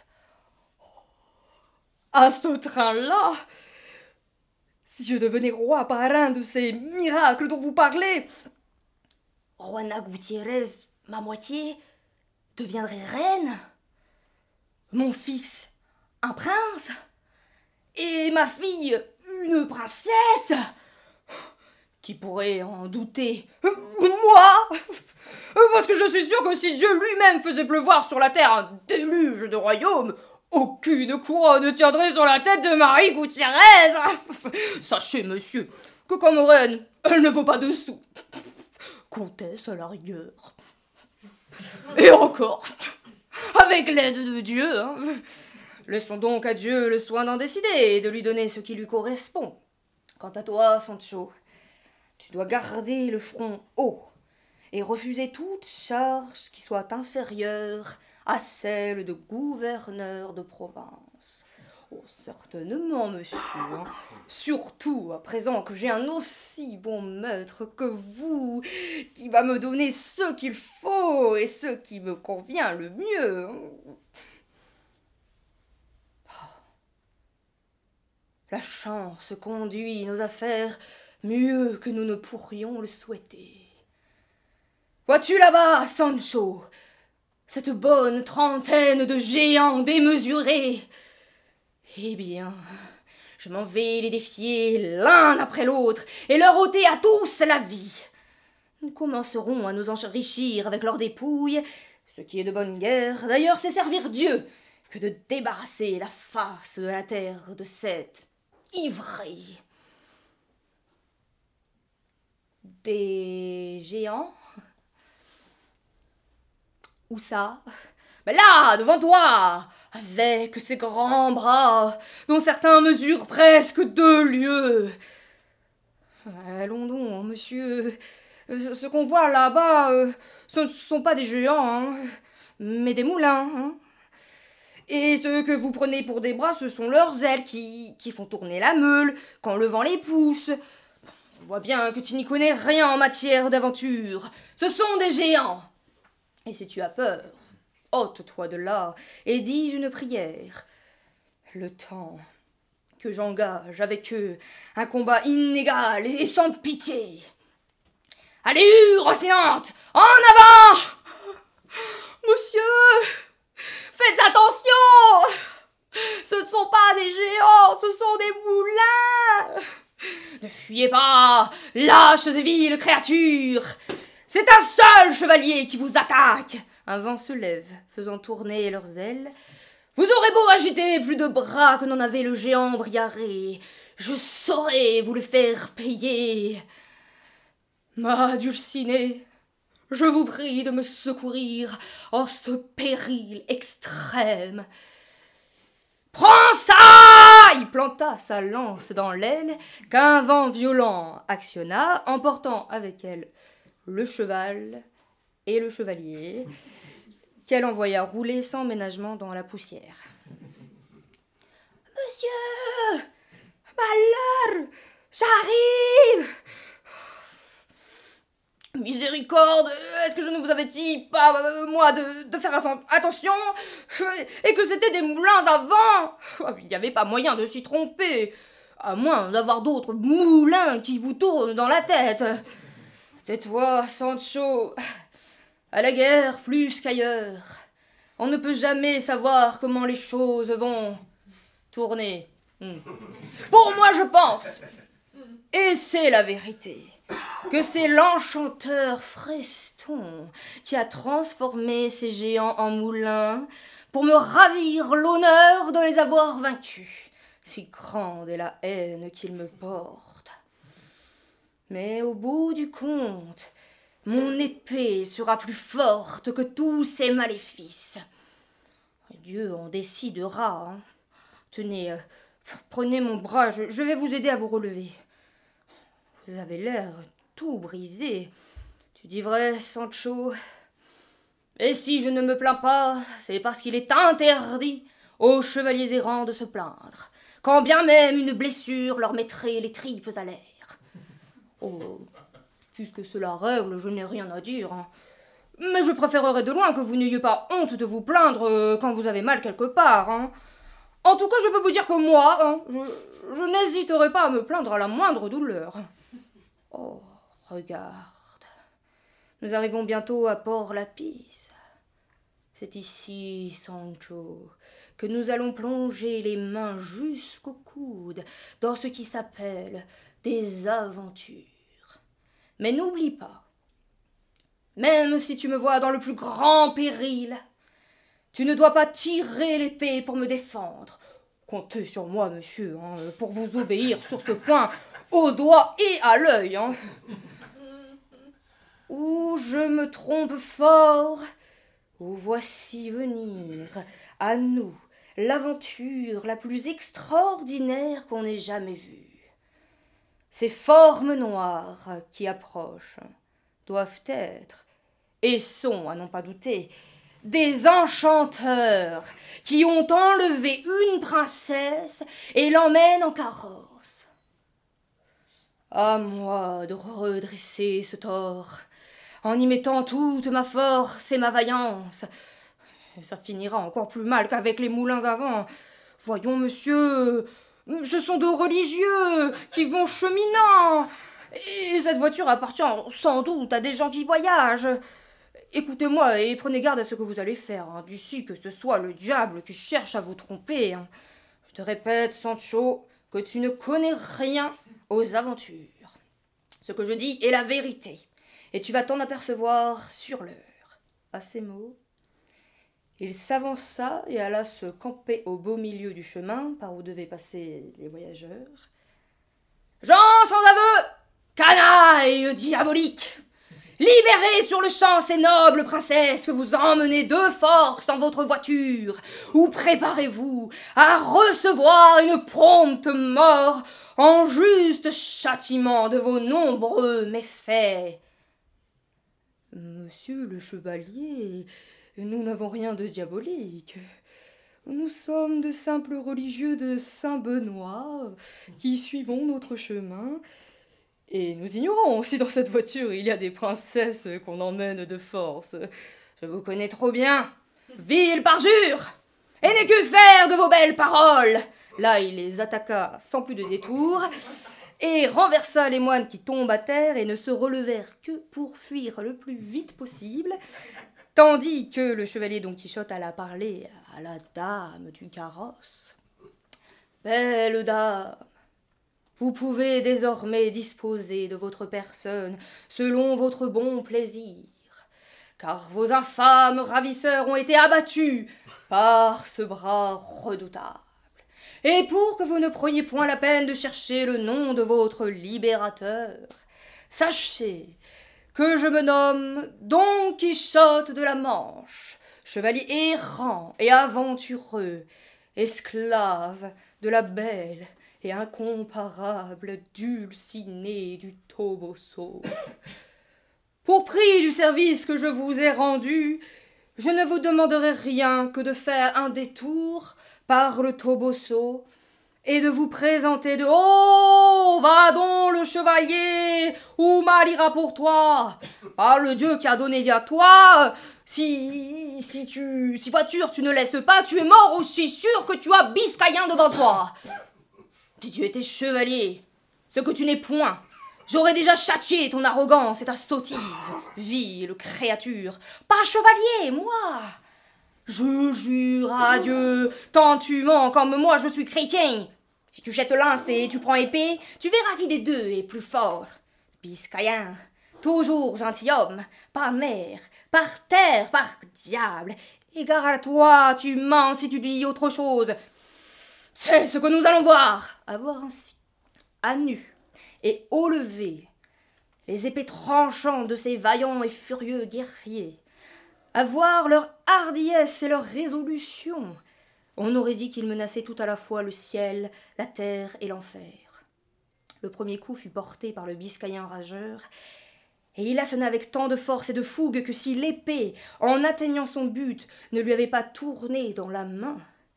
À ce train-là, si je devenais roi par un de ces miracles dont vous parlez, Juana Gutiérrez, ma moitié, deviendrait reine, mon fils un prince, et ma fille une princesse. Qui pourrait en douter? Moi? Parce que je suis sûr que si Dieu lui-même faisait pleuvoir sur la terre un déluge de royaumes, aucune couronne ne tiendrait sur la tête de Marie Gutiérrez. Sachez, monsieur, que comme reine, elle ne vaut pas de sous. Comtesse à la rigueur. Et encore, avec l'aide de Dieu, hein. Laissons donc à Dieu le soin d'en décider et de lui donner ce qui lui correspond. Quant à toi, Sancho, tu dois garder le front haut et refuser toute charge qui soit inférieure à celle de gouverneur de province. Oh, certainement, monsieur, hein. Surtout à présent que j'ai un aussi bon maître que vous, qui va me donner ce qu'il faut et ce qui me convient le mieux. La chance conduit nos affaires mieux que nous ne pourrions le souhaiter. Vois-tu là-bas, Sancho, cette bonne trentaine de géants démesurés? Eh bien, je m'en vais les défier l'un après l'autre et leur ôter à tous la vie. Nous commencerons à nous enrichir avec leurs dépouilles, ce qui est de bonne guerre. D'ailleurs, c'est servir Dieu que de débarrasser la face de la terre de cette ivrée. Des géants? Où ça? Ben là, devant toi, avec ces grands bras, dont certains mesurent presque deux lieues. Allons donc, monsieur, ce qu'on voit là-bas, euh, ce ne sont pas des géants, hein, mais des moulins, hein. Et ceux que vous prenez pour des bras, ce sont leurs ailes qui, qui font tourner la meule quand le vent les pousse. On voit bien que tu n'y connais rien en matière d'aventure. Ce sont des géants. Et si tu as peur, ôte-toi de là et dis une prière. Le temps que j'engage avec eux un combat inégal et sans pitié. Allez, Rocinante, en avant! Monsieur, faites attention! Ce ne sont pas des géants, ce sont des moulins! Ne fuyez pas, lâches et viles créatures! C'est un seul chevalier qui vous attaque! Un vent se lève, faisant tourner leurs ailes. Vous aurez beau agiter plus de bras que n'en avait le géant Briaré, je saurai vous le faire payer. Ma Dulcinée, je vous prie de me secourir en ce péril extrême. Prends ça! Il planta sa lance dans l'aile qu'un vent violent actionna, emportant avec elle le cheval et le chevalier, qu'elle envoya rouler sans ménagement dans la poussière. « Monsieur! Malheur! J'arrive! Miséricorde! Est-ce que je ne vous avais dit pas, euh, moi, de, de faire attention? Et que c'était des moulins à vent? Il n'y avait pas moyen de s'y tromper, à moins d'avoir d'autres moulins qui vous tournent dans la tête. Tais-toi, Sancho. À la guerre, plus qu'ailleurs, on ne peut jamais savoir comment les choses vont tourner. Hmm. Pour moi, je pense, et c'est la vérité, que c'est l'enchanteur Freston qui a transformé ces géants en moulins pour me ravir l'honneur de les avoir vaincus. Si grande est la haine qu'il me porte. Mais au bout du compte, mon épée sera plus forte que tous ces maléfices. Dieu en décidera. Hein. Tenez, euh, prenez mon bras, je, je vais vous aider à vous relever. Vous avez l'air tout brisé. Tu dis vrai, Sancho? Et si je ne me plains pas, c'est parce qu'il est interdit aux chevaliers errants de se plaindre, quand bien même une blessure leur mettrait les tripes à l'air. Oh, puisque cela règle, je n'ai rien à dire. Hein. Mais je préférerais de loin que vous n'ayez pas honte de vous plaindre euh, quand vous avez mal quelque part. Hein. En tout cas, je peux vous dire que moi, hein, je, je n'hésiterai pas à me plaindre à la moindre douleur. Oh, regarde. Nous arrivons bientôt à Port-Lapis. C'est ici, Sancho, que nous allons plonger les mains jusqu'au coude dans ce qui s'appelle des aventures. Mais n'oublie pas, même si tu me vois dans le plus grand péril, tu ne dois pas tirer l'épée pour me défendre. Comptez sur moi, monsieur, hein, pour vous obéir sur ce point, au doigt et à l'œil. Hein. Ou je me trompe fort, ou voici venir à nous l'aventure la plus extraordinaire qu'on ait jamais vue. Ces formes noires qui approchent doivent être, et sont, à n'en pas douter, des enchanteurs qui ont enlevé une princesse et l'emmènent en carrosse. À moi de redresser ce tort, en y mettant toute ma force et ma vaillance. Ça finira encore plus mal qu'avec les moulins à vent. Voyons, monsieur, ce sont de religieux qui vont cheminant. Et cette voiture appartient sans doute à des gens qui voyagent. Écoutez-moi et prenez garde à ce que vous allez faire. Hein. D'ici que ce soit le diable qui cherche à vous tromper. Hein. Je te répète, Sancho, que tu ne connais rien aux aventures. Ce que je dis est la vérité. Et tu vas t'en apercevoir sur l'heure. À ces mots, il s'avança et alla se camper au beau milieu du chemin par où devaient passer les voyageurs. « Gens sans aveu, canailles diaboliques, libérez sur le champ ces nobles princesses que vous emmenez de force dans votre voiture, ou préparez-vous à recevoir une prompte mort en juste châtiment de vos nombreux méfaits. » Monsieur le chevalier, nous n'avons rien de diabolique. Nous sommes de simples religieux de Saint-Benoît qui suivons notre chemin. Et nous ignorons si dans cette voiture il y a des princesses qu'on emmène de force. Je vous connais trop bien, vil parjure! Et n'ai que faire de vos belles paroles! Là, il les attaqua sans plus de détour, et renversa les moines qui tombent à terre et ne se relevèrent que pour fuir le plus vite possible, tandis que le chevalier Don Quichotte alla parler à la dame du carrosse. « Belle dame, vous pouvez désormais disposer de votre personne selon votre bon plaisir, car vos infâmes ravisseurs ont été abattus par ce bras redoutable. Et pour que vous ne preniez point la peine de chercher le nom de votre libérateur, sachez que je me nomme Don Quichotte de la Manche, chevalier errant et aventureux, esclave de la belle et incomparable Dulcinée du Toboso. Pour prix du service que je vous ai rendu, je ne vous demanderai rien que de faire un détour par le Toboso et de vous présenter de « Oh, va donc le chevalier, où mal ira pour toi, par le Dieu qui a donné vie à toi, si, si tu, si voiture tu ne laisses pas, tu es mort aussi sûr que tu as Biscayen devant toi. Si tu étais chevalier, ce que tu n'es point, j'aurais déjà châtié ton arrogance et ta sottise, vile créature, pas chevalier, moi. Je jure à Dieu, tant tu mens comme moi je suis chrétien. Si tu jettes lance et tu prends épée, tu verras qui des deux est plus fort. Biscayen, toujours gentilhomme, par mer, par terre, par diable. Égare à toi, tu mens si tu dis autre chose. C'est ce que nous allons voir. À voir ainsi, à nu et au lever, les épées tranchantes de ces vaillants et furieux guerriers, à voir leur hardiesse et leur résolution, on aurait dit qu'ils menaçaient tout à la fois le ciel, la terre et l'enfer. Le premier coup fut porté par le Biscayen rageur, et il assonna avec tant de force et de fougue que si l'épée, en atteignant son but, ne lui avait pas tourné dans la main,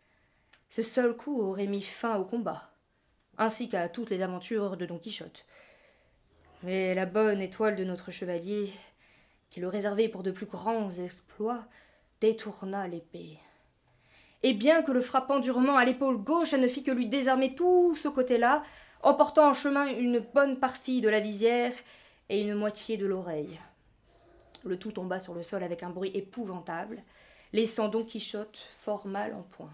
ce seul coup aurait mis fin au combat, ainsi qu'à toutes les aventures de Don Quichotte. Mais la bonne étoile de notre chevalier, qui le réservait pour de plus grands exploits, détourna l'épée. Et bien que le frappant durement à l'épaule gauche, elle ne fit que lui désarmer tout ce côté-là, emportant en chemin une bonne partie de la visière et une moitié de l'oreille. Le tout tomba sur le sol avec un bruit épouvantable, laissant Don Quichotte fort mal en point.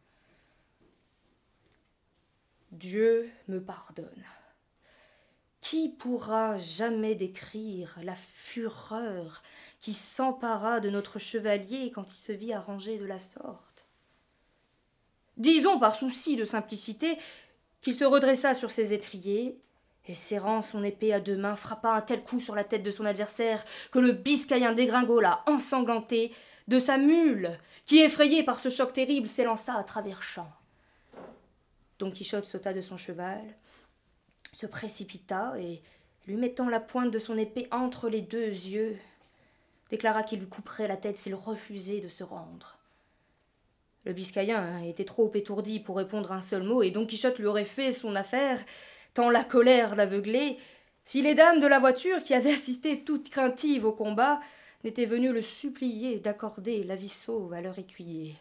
Dieu me pardonne. Qui pourra jamais décrire la fureur qui s'empara de notre chevalier quand il se vit arrangé de la sorte? Disons par souci de simplicité qu'il se redressa sur ses étriers et, serrant son épée à deux mains, frappa un tel coup sur la tête de son adversaire que le Biscayen dégringola, ensanglanté, de sa mule, qui, effrayé par ce choc terrible, s'élança à travers champs. Don Quichotte sauta de son cheval, se précipita et, lui mettant la pointe de son épée entre les deux yeux, déclara qu'il lui couperait la tête s'il refusait de se rendre. Le Biscayen était trop étourdi pour répondre un seul mot, et Don Quichotte lui aurait fait son affaire, tant la colère l'aveuglait, si les dames de la voiture, qui avaient assisté toutes craintives au combat, n'étaient venues le supplier d'accorder la vie sauve à leur écuyer.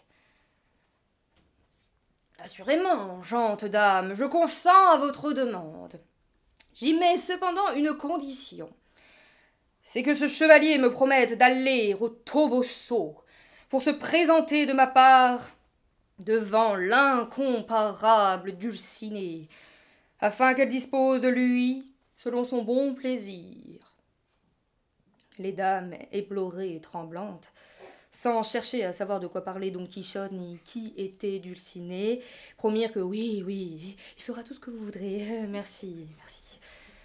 « Assurément, gentes dames, je consens à votre demande. J'y mets cependant une condition. C'est que ce chevalier me promette d'aller au Toboso pour se présenter de ma part devant l'incomparable Dulcinée, afin qu'elle dispose de lui selon son bon plaisir. » Les dames, éplorées et tremblantes, sans chercher à savoir de quoi parlait Don Quichotte ni qui était Dulcinée, promirent que oui, oui, il fera tout ce que vous voudrez. Euh, merci, merci.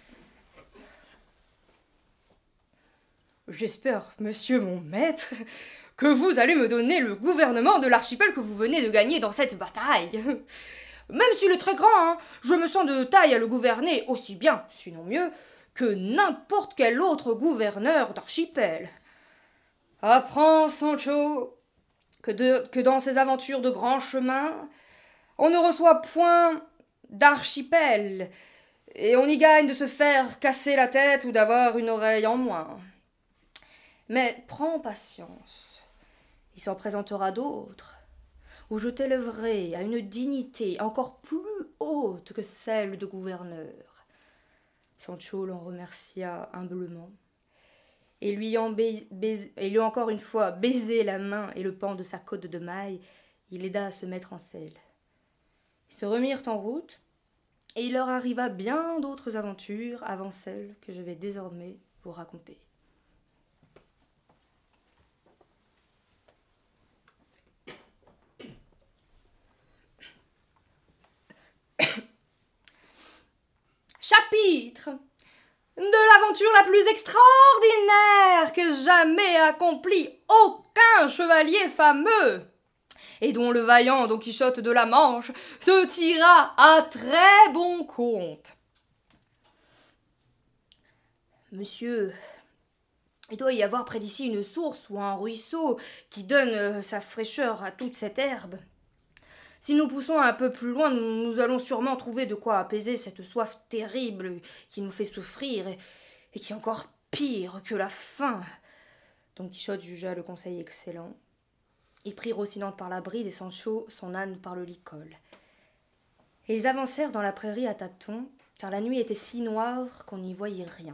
J'espère, monsieur mon maître, que vous allez me donner le gouvernement de l'archipel que vous venez de gagner dans cette bataille. Même s'il est très grand, hein, je me sens de taille à le gouverner aussi bien, sinon mieux, que n'importe quel autre gouverneur d'archipel. Apprends, Sancho, que, de, que dans ces aventures de grand chemin, on ne reçoit point d'archipel, et on y gagne de se faire casser la tête ou d'avoir une oreille en moins. Mais prends patience, Il s'en présentera d'autres, où je t'élèverai à une dignité encore plus haute que celle de gouverneur. » Sancho l'en remercia humblement, et lui, en ba- baise- et lui encore une fois baisé la main et le pan de sa côte de maille, il l'aida à se mettre en selle. Ils se remirent en route, et il leur arriva bien d'autres aventures avant celles que je vais désormais vous raconter. Chapitre de l'aventure la plus extraordinaire que jamais accomplit aucun chevalier fameux, et dont le vaillant Don Quichotte de la Manche se tira à très bon compte. Monsieur, il doit y avoir près d'ici une source ou un ruisseau qui donne euh, sa fraîcheur à toute cette herbe. Si nous poussons un peu plus loin, nous, nous allons sûrement trouver de quoi apaiser cette soif terrible qui nous fait souffrir et, et qui est encore pire que la faim. Don Quichotte jugea le conseil excellent. Il prit Rocinante par la bride et Sancho son âne par le licol. Et ils avancèrent dans la prairie à tâtons, car la nuit était si noire qu'on n'y voyait rien.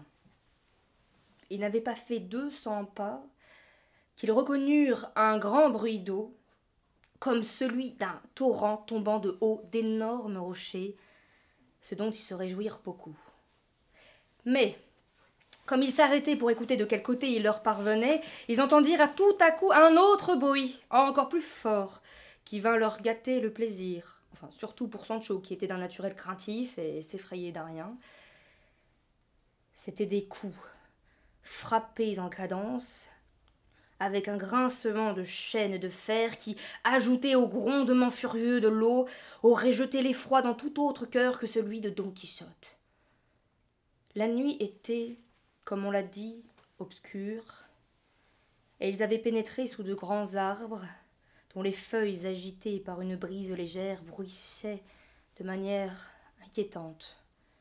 Ils n'avaient pas fait deux cents pas qu'ils reconnurent un grand bruit d'eau, comme celui d'un torrent tombant de haut d'énormes rochers, ce dont ils se réjouirent beaucoup. Mais, comme ils s'arrêtaient pour écouter de quel côté il leur parvenait, ils entendirent à tout à coup un autre bruit, encore plus fort, qui vint leur gâter le plaisir. Enfin, surtout pour Sancho, qui était d'un naturel craintif et s'effrayait d'un rien. C'étaient des coups, frappés en cadence, avec un grincement de chaînes de fer qui, ajouté au grondement furieux de l'eau, aurait jeté l'effroi dans tout autre cœur que celui de Don Quichotte. La nuit était, comme on l'a dit, obscure, et ils avaient pénétré sous de grands arbres, dont les feuilles agitées par une brise légère bruissaient de manière inquiétante.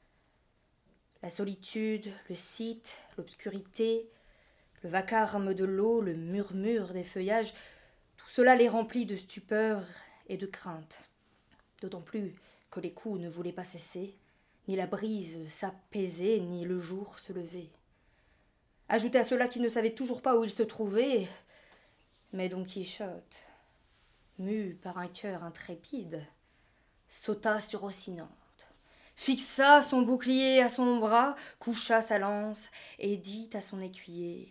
La solitude, le site, l'obscurité, le vacarme de l'eau, le murmure des feuillages, tout cela les remplit de stupeur et de crainte. D'autant plus que les coups ne voulaient pas cesser, ni la brise s'apaiser, ni le jour se lever. Ajoutez à cela qu'ils ne savaient toujours pas où ils se trouvaient, mais Don Quichotte, mu par un cœur intrépide, sauta sur Rocinante, fixa son bouclier à son bras, coucha sa lance et dit à son écuyer: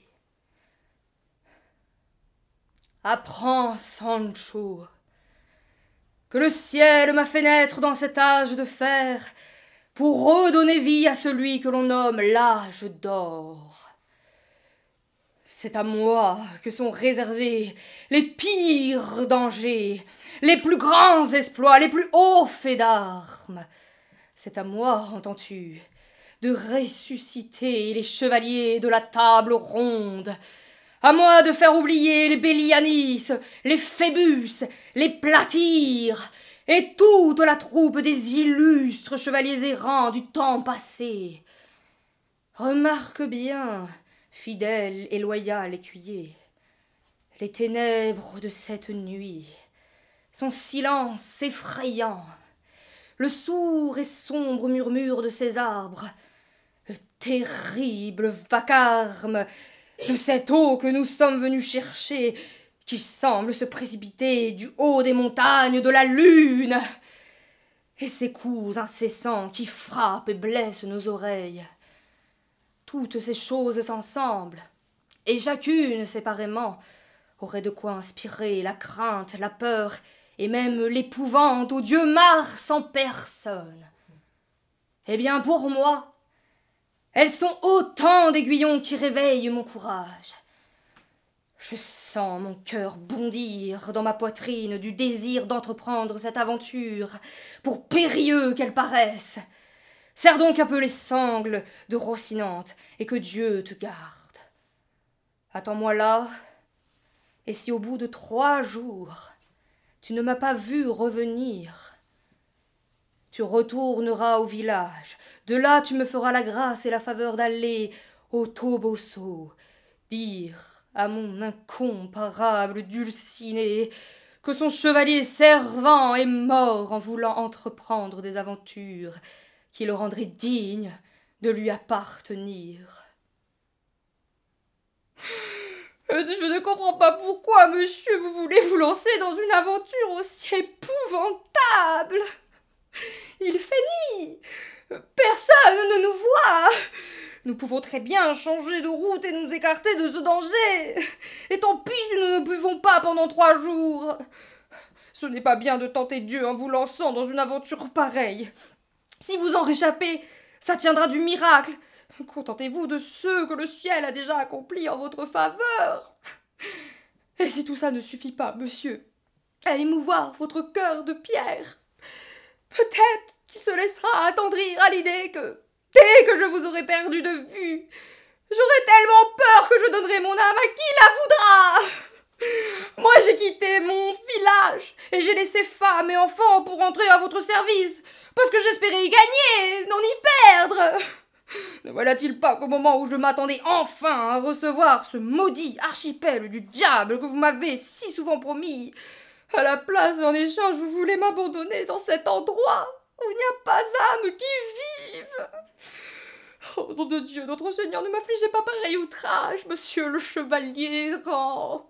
« Apprends, Sancho, que le ciel m'a fait naître dans cet âge de fer pour redonner vie à celui que l'on nomme l'âge d'or. C'est à moi que sont réservés les pires dangers, les plus grands exploits, les plus hauts faits d'armes. C'est à moi, entends-tu, de ressusciter les chevaliers de la table ronde, à moi de faire oublier les Bélianis, les Phébus, les Platyres, et toute la troupe des illustres chevaliers errants du temps passé. Remarque bien, fidèle et loyal écuyer, les ténèbres de cette nuit, son silence effrayant, le sourd et sombre murmure de ces arbres, le terrible vacarme de cette eau que nous sommes venus chercher, qui semble se précipiter du haut des montagnes de la lune, et ces coups incessants qui frappent et blessent nos oreilles. Toutes ces choses ensemble, et chacune séparément, auraient de quoi inspirer la crainte, la peur, et même l'épouvante au dieu Mars en personne. Eh bien, pour moi, elles sont autant d'aiguillons qui réveillent mon courage. Je sens mon cœur bondir dans ma poitrine du désir d'entreprendre cette aventure, pour périlleux qu'elle paraisse. Serre donc un peu les sangles de Rocinante, et que Dieu te garde. Attends-moi là, et si au bout de trois jours tu ne m'as pas vu revenir, tu retourneras au village. De là tu me feras la grâce et la faveur d'aller au Toboso dire à mon incomparable Dulcinée, que son chevalier servant est mort en voulant entreprendre des aventures qui le rendraient digne de lui appartenir. Je ne comprends pas pourquoi, monsieur, vous voulez vous lancer dans une aventure aussi épouvantable. Il fait nuit. Personne ne nous voit. Nous pouvons très bien changer de route et nous écarter de ce danger. Et tant pis si nous ne buvons pas pendant trois jours. Ce n'est pas bien de tenter Dieu en vous lançant dans une aventure pareille. Si vous en réchappez, ça tiendra du miracle. Contentez-vous de ceux que le ciel a déjà accomplis en votre faveur. Et si tout ça ne suffit pas, monsieur, à émouvoir votre cœur de pierre, peut-être qu'il se laissera attendrir à l'idée que, dès que je vous aurai perdu de vue, j'aurai tellement peur que je donnerai mon âme à qui la voudra. Moi, j'ai quitté mon village et j'ai laissé femmes et enfants pour entrer à votre service, parce que j'espérais y gagner, non y perdre. Ne voilà-t-il pas qu'au moment où je m'attendais enfin à recevoir ce maudit archipel du diable que vous m'avez si souvent promis, à la place en échange vous voulez m'abandonner dans cet endroit où il n'y a pas âme qui vive. Oh, nom de Dieu, notre Seigneur, ne m'affligez pas pareil outrage, monsieur le chevalier errant.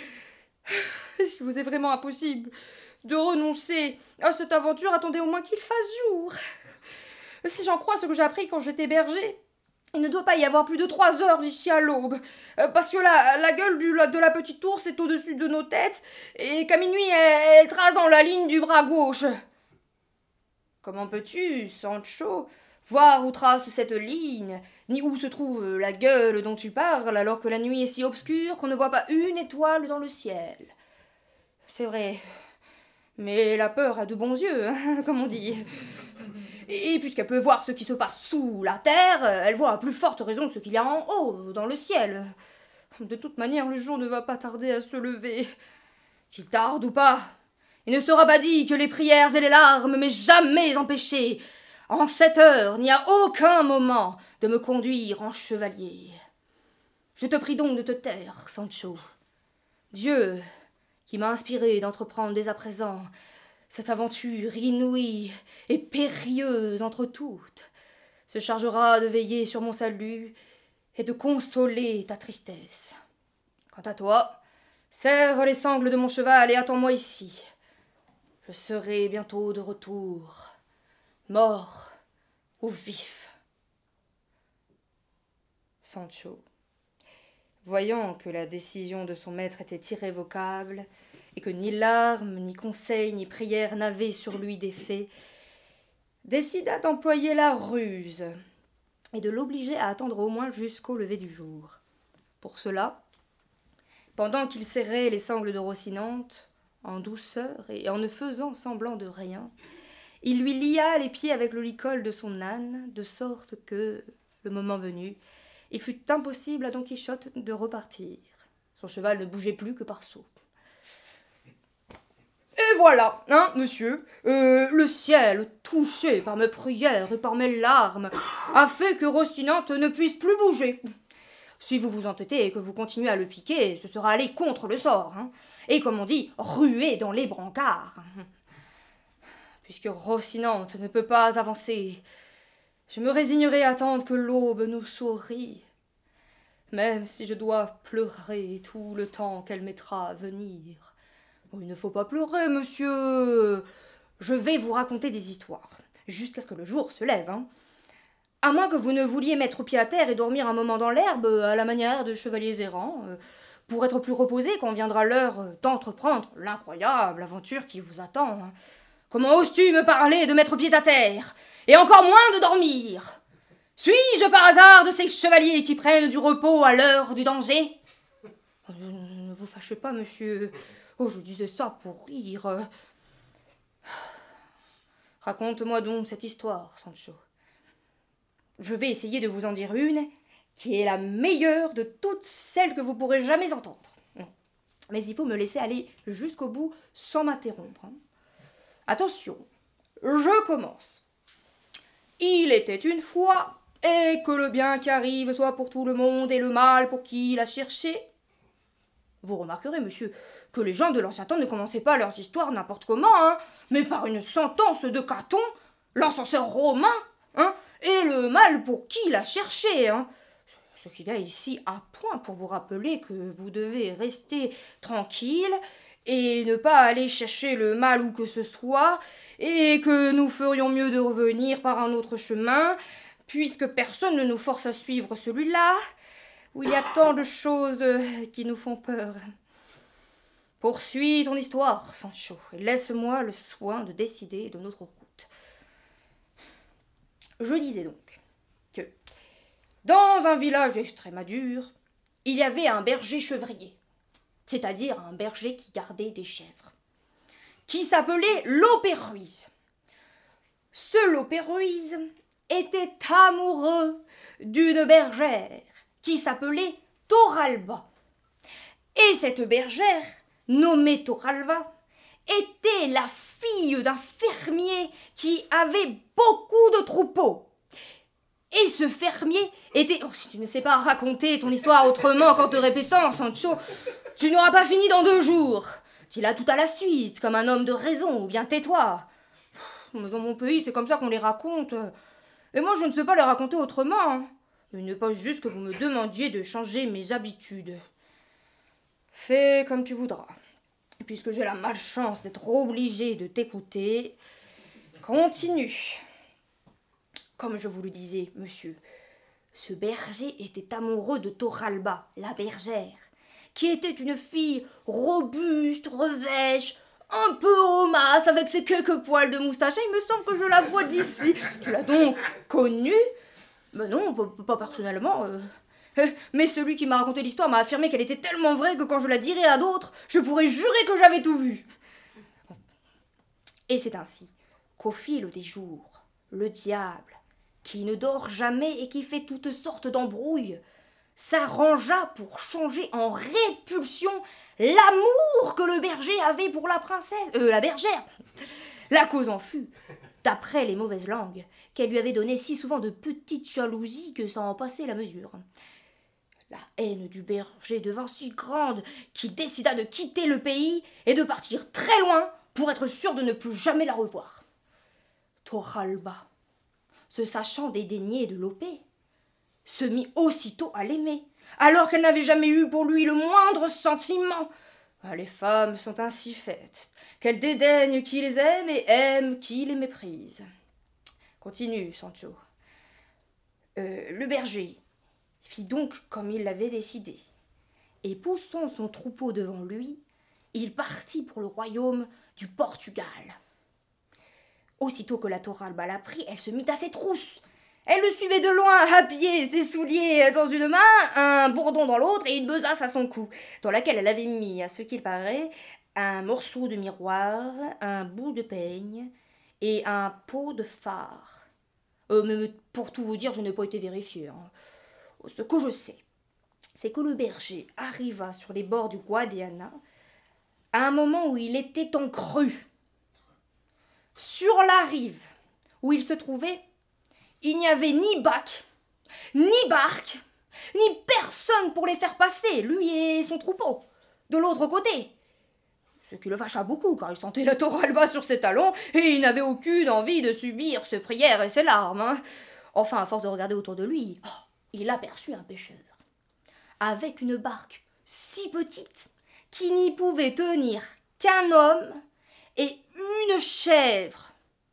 Et si vous est vraiment impossible de renoncer à cette aventure, attendez au moins qu'il fasse jour. Si j'en crois ce que j'ai appris quand j'étais berger, il ne doit pas y avoir plus de trois heures d'ici à l'aube, euh, parce que la, la gueule du, la, de la petite ours est au-dessus de nos têtes, et qu'à minuit, elle, elle trace dans la ligne du bras gauche. Comment peux-tu, Sancho, voir où trace cette ligne, ni où se trouve la gueule dont tu parles, alors que la nuit est si obscure qu'on ne voit pas une étoile dans le ciel? C'est vrai, mais la peur a de bons yeux, hein, comme on dit. Et puisqu'elle peut voir ce qui se passe sous la terre, elle voit à plus forte raison ce qu'il y a en haut, dans le ciel. De toute manière, le jour ne va pas tarder à se lever. Qu'il tarde ou pas, il ne sera pas dit que les prières et les larmes m'aient jamais empêché, en cette heure, ni à aucun moment, de me conduire en chevalier. Je te prie donc de te taire, Sancho. Dieu, qui m'a inspiré d'entreprendre dès à présent cette aventure inouïe et périlleuse entre toutes, se chargera de veiller sur mon salut et de consoler ta tristesse. Quant à toi, serre les sangles de mon cheval et attends-moi ici. Je serai bientôt de retour, mort ou vif. Sancho, voyant que la décision de son maître était irrévocable, et que ni larmes, ni conseils, ni prières n'avaient sur lui d'effet, décida d'employer la ruse et de l'obliger à attendre au moins jusqu'au lever du jour. Pour cela, pendant qu'il serrait les sangles de Rocinante, en douceur et en ne faisant semblant de rien, il lui lia les pieds avec le licol de son âne, de sorte que, le moment venu, il fut impossible à Don Quichotte de repartir. Son cheval ne bougeait plus que par saut. Et voilà, hein, monsieur, euh, le ciel, touché par mes prières et par mes larmes, a fait que Rocinante ne puisse plus bouger. Si vous vous entêtez et que vous continuez à le piquer, ce sera aller contre le sort, hein, et comme on dit, ruer dans les brancards. Puisque Rocinante ne peut pas avancer, je me résignerai à attendre que l'aube nous sourie, même si je dois pleurer tout le temps qu'elle mettra à venir. Oh, il ne faut pas pleurer, monsieur. Je vais vous raconter des histoires, jusqu'à ce que le jour se lève. Hein. À moins que vous ne vouliez mettre pied à terre et dormir un moment dans l'herbe, à la manière de chevaliers errants, euh, pour être plus reposé quand viendra l'heure d'entreprendre l'incroyable aventure qui vous attend. Hein. Comment oses-tu me parler de mettre pied à terre, et encore moins de dormir? Suis-je par hasard de ces chevaliers qui prennent du repos à l'heure du danger? Ne vous fâchez pas, monsieur. Oh, je disais ça pour rire. Raconte-moi donc cette histoire, Sancho. Je vais essayer de vous en dire une qui est la meilleure de toutes celles que vous pourrez jamais entendre. Mais il faut me laisser aller jusqu'au bout sans m'interrompre. Hein. Attention, je commence. Il était une fois, et que le bien qui arrive soit pour tout le monde et le mal pour qui l'a cherché, Vous remarquerez, monsieur, que les gens de l'ancien temps ne commençaient pas leurs histoires n'importe comment, hein, mais par une sentence de Caton, l'encenseur romain, hein, et le mal pour qui l'a cherché, hein. Ce qu'il y a ici à point pour vous rappeler que vous devez rester tranquille et ne pas aller chercher le mal où que ce soit, et que nous ferions mieux de revenir par un autre chemin, puisque personne ne nous force à suivre celui-là, où il y a tant de choses qui nous font peur. Poursuis ton histoire, Sancho, et laisse-moi le soin de décider de notre route. Je disais donc que, dans un village d'Extrémadure, il y avait un berger chevrier, c'est-à-dire un berger qui gardait des chèvres, qui s'appelait Lope Ruiz. Ce Lope Ruiz était amoureux d'une bergère qui s'appelait Torralba. Et cette bergère, nommée Torralba, était la fille d'un fermier qui avait beaucoup de troupeaux. Et ce fermier était... Oh, si tu ne sais pas raconter ton histoire autrement qu'en te répétant, Sancho, tu n'auras pas fini dans deux jours. Dis-la tout à la suite, comme un homme de raison, ou bien tais-toi. Dans mon pays, c'est comme ça qu'on les raconte. Et moi, je ne sais pas les raconter autrement. Il n'est pas juste que vous me demandiez de changer mes habitudes. Fais comme tu voudras. Puisque j'ai la malchance d'être obligé de t'écouter, continue. Comme je vous le disais, monsieur, ce berger était amoureux de Torralba, la bergère, qui était une fille robuste, revêche, un peu homasse, avec ses quelques poils de moustache. Et il me semble que je la vois d'ici. Tu l'as donc connue? Ben non, pas personnellement. Euh... Mais celui qui m'a raconté l'histoire m'a affirmé qu'elle était tellement vraie que quand je la dirai à d'autres, je pourrais jurer que j'avais tout vu. Et c'est ainsi qu'au fil des jours, le diable, qui ne dort jamais et qui fait toutes sortes d'embrouilles, s'arrangea pour changer en répulsion l'amour que le berger avait pour la princesse, euh, la bergère. La cause en fut, d'après les mauvaises langues, qu'elle lui avait donné si souvent de petites jalousies que ça en passait la mesure. La haine du berger devint si grande qu'il décida de quitter le pays et de partir très loin pour être sûr de ne plus jamais la revoir. Torralba, se sachant dédaigner de Lope, se mit aussitôt à l'aimer, alors qu'elle n'avait jamais eu pour lui le moindre sentiment. Ah, les femmes sont ainsi faites, qu'elles dédaignent qui les aime et aiment qui les méprise. Continue, Sancho. Euh, le berger fit donc comme il l'avait décidé, et poussant son troupeau devant lui, il partit pour le royaume du Portugal. Aussitôt que la Torralba l'apprit, elle se mit à ses trousses. Elle le suivait de loin, à pied, ses souliers dans une main, un bourdon dans l'autre et une besace à son cou, dans laquelle elle avait mis, à ce qu'il paraît, un morceau de miroir, un bout de peigne et un pot de fard. Euh, mais pour tout vous dire, je n'ai pas été vérifiée. Hein. Ce que je sais, c'est que le berger arriva sur les bords du Guadiana à un moment où il était en crue. Sur la rive où il se trouvait, il n'y avait ni bac, ni barque, ni personne pour les faire passer, lui et son troupeau, de l'autre côté. Ce qui le fâcha beaucoup, car il sentait la Torralba sur ses talons, et il n'avait aucune envie de subir ses prières et ses larmes. Hein. Enfin, à force de regarder autour de lui, oh, il aperçut un pêcheur, avec une barque si petite qu'il n'y pouvait tenir qu'un homme et une chèvre.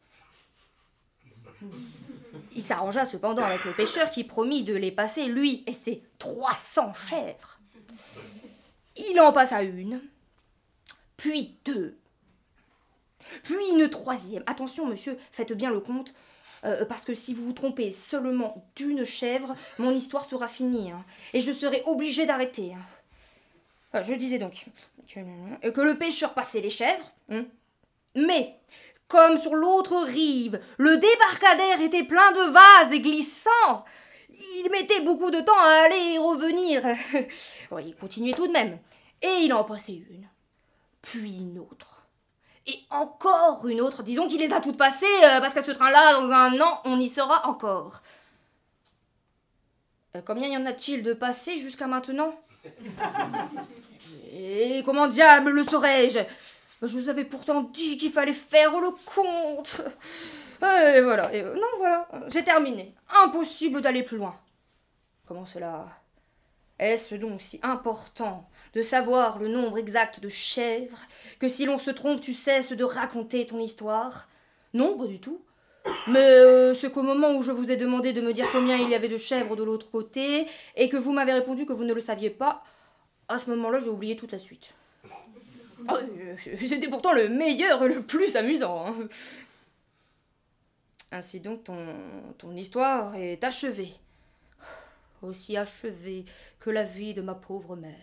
Il s'arrangea cependant avec le pêcheur qui promit de les passer, lui et ses trois cents chèvres. Il en passa une, puis deux, puis une troisième. Attention, monsieur, faites bien le compte, euh, parce que si vous vous trompez seulement d'une chèvre, mon histoire sera finie, hein, et je serai obligée d'arrêter. Hein. Enfin, je disais donc que, que le pêcheur passait les chèvres, hein, mais... Comme sur l'autre rive, le débarcadère était plein de vases et glissant. Il mettait beaucoup de temps à aller et revenir. Bon, il continuait tout de même. Et il en passait une, puis une autre, et encore une autre. Disons qu'il les a toutes passées, euh, parce qu'à ce train-là, dans un an, on y sera encore. Euh, combien y en a-t-il de passés jusqu'à maintenant? Et comment diable le saurais-je? Je vous avais pourtant dit qu'il fallait faire le compte. Et voilà, et non, voilà, j'ai terminé. Impossible d'aller plus loin. Comment cela? Est-ce donc si important de savoir le nombre exact de chèvres que si l'on se trompe, tu cesses de raconter ton histoire? Non, pas du tout. Mais euh, c'est qu'au moment où je vous ai demandé de me dire combien il y avait de chèvres de l'autre côté et que vous m'avez répondu que vous ne le saviez pas, à ce moment-là, j'ai oublié toute la suite. Oh, c'était pourtant le meilleur et le plus amusant. Hein. Ainsi donc, ton, ton histoire est achevée. Aussi achevée que la vie de ma pauvre mère.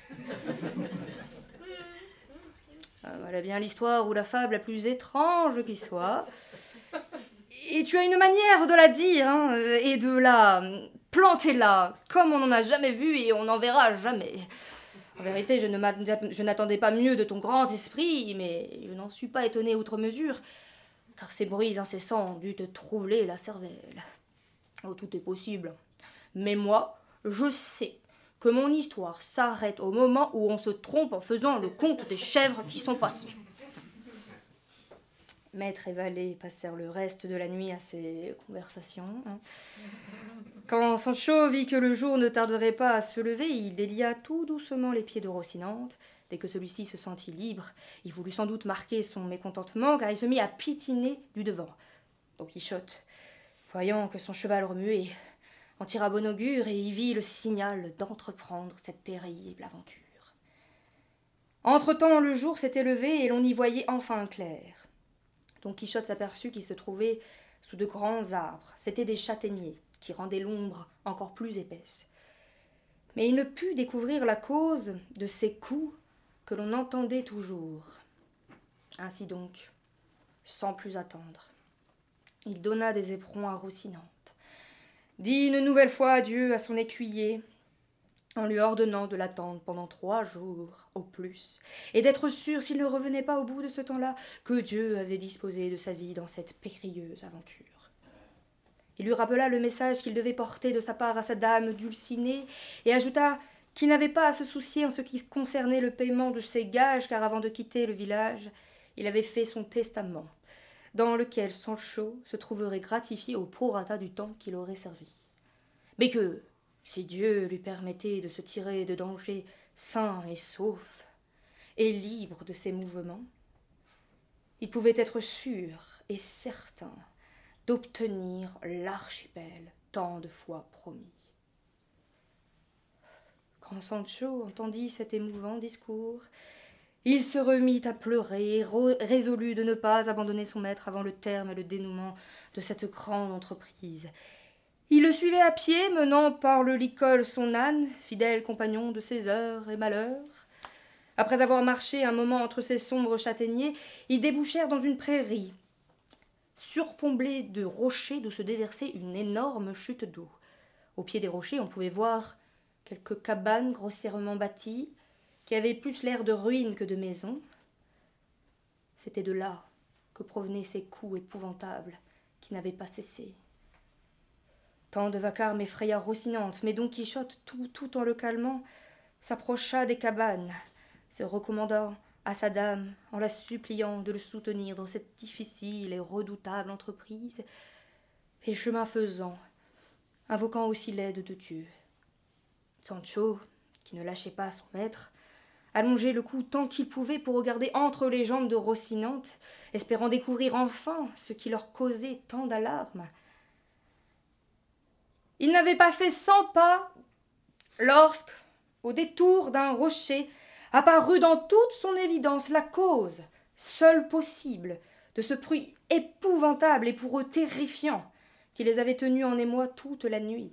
Voilà bien l'histoire ou la fable la plus étrange qui soit. Et tu as une manière de la dire, hein, et de la planter là, comme on n'en a jamais vu et on n'en verra jamais. En vérité, je, ne je n'attendais pas mieux de ton grand esprit, mais je n'en suis pas étonnée outre mesure, car ces bruits incessants ont dû te troubler la cervelle. Oh, tout est possible. Mais moi, je sais que mon histoire s'arrête au moment où on se trompe en faisant le compte des chèvres qui sont passées. Maître et valet passèrent le reste de la nuit à ces conversations. Hein. Quand Sancho vit que le jour ne tarderait pas à se lever, il délia tout doucement les pieds de Rocinante. Dès que celui-ci se sentit libre, il voulut sans doute marquer son mécontentement, car il se mit à piétiner du devant. Don Quichotte, voyant que son cheval remuait, en tira bon augure et y vit le signal d'entreprendre cette terrible aventure. Entre-temps, le jour s'était levé et l'on y voyait enfin clair. Don Quichotte s'aperçut qu'il se trouvait sous de grands arbres. C'étaient des châtaigniers qui rendaient l'ombre encore plus épaisse. Mais il ne put découvrir la cause de ces coups que l'on entendait toujours. Ainsi donc, sans plus attendre, il donna des éperons à Rocinante, dit une nouvelle fois adieu à son écuyer, en lui ordonnant de l'attendre pendant trois jours au plus, et d'être sûr, s'il ne revenait pas au bout de ce temps-là, que Dieu avait disposé de sa vie dans cette périlleuse aventure. Il lui rappela le message qu'il devait porter de sa part à sa dame Dulcinée, et ajouta qu'il n'avait pas à se soucier en ce qui concernait le paiement de ses gages, car avant de quitter le village, il avait fait son testament, dans lequel Sancho se trouverait gratifié au prorata du temps qu'il aurait servi. Mais que, si Dieu lui permettait de se tirer de danger sain et sauf, et libre de ses mouvements, il pouvait être sûr et certain d'obtenir l'archipel tant de fois promis. Quand Sancho entendit cet émouvant discours, il se remit à pleurer, résolu de ne pas abandonner son maître avant le terme et le dénouement de cette grande entreprise. Il le suivait à pied, menant par le licol son âne, fidèle compagnon de ses heures et malheurs. Après avoir marché un moment entre ces sombres châtaigniers, ils débouchèrent dans une prairie, surplombée de rochers d'où se déversait une énorme chute d'eau. Au pied des rochers, on pouvait voir quelques cabanes grossièrement bâties, qui avaient plus l'air de ruines que de maisons. C'était de là que provenaient ces coups épouvantables qui n'avaient pas cessé. Tant de vacarme effraya Rocinante, mais Don Quichotte, tout, tout en le calmant, s'approcha des cabanes, se recommandant à sa dame en la suppliant de le soutenir dans cette difficile et redoutable entreprise, et chemin faisant, invoquant aussi l'aide de Dieu. Sancho, qui ne lâchait pas son maître, allongeait le cou tant qu'il pouvait pour regarder entre les jambes de Rocinante, espérant découvrir enfin ce qui leur causait tant d'alarme. Il n'avait pas fait cent pas lorsque, au détour d'un rocher, apparut dans toute son évidence la cause, seule possible, de ce bruit épouvantable et pour eux terrifiant qui les avait tenus en émoi toute la nuit.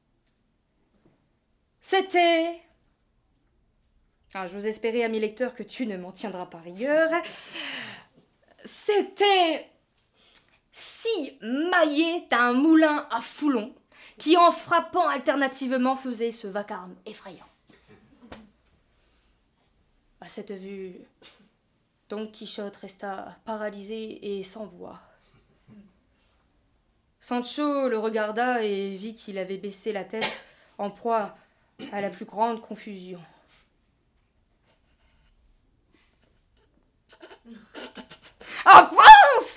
C'était... Ah, j'ose espérer, ami lecteur, que tu ne m'en tiendras pas rigueur. C'était six maillets d'un moulin à foulon qui, en frappant alternativement, faisait ce vacarme effrayant. À cette vue, Don Quichotte resta paralysé et sans voix. Sancho le regarda et vit qu'il avait baissé la tête en proie à la plus grande confusion.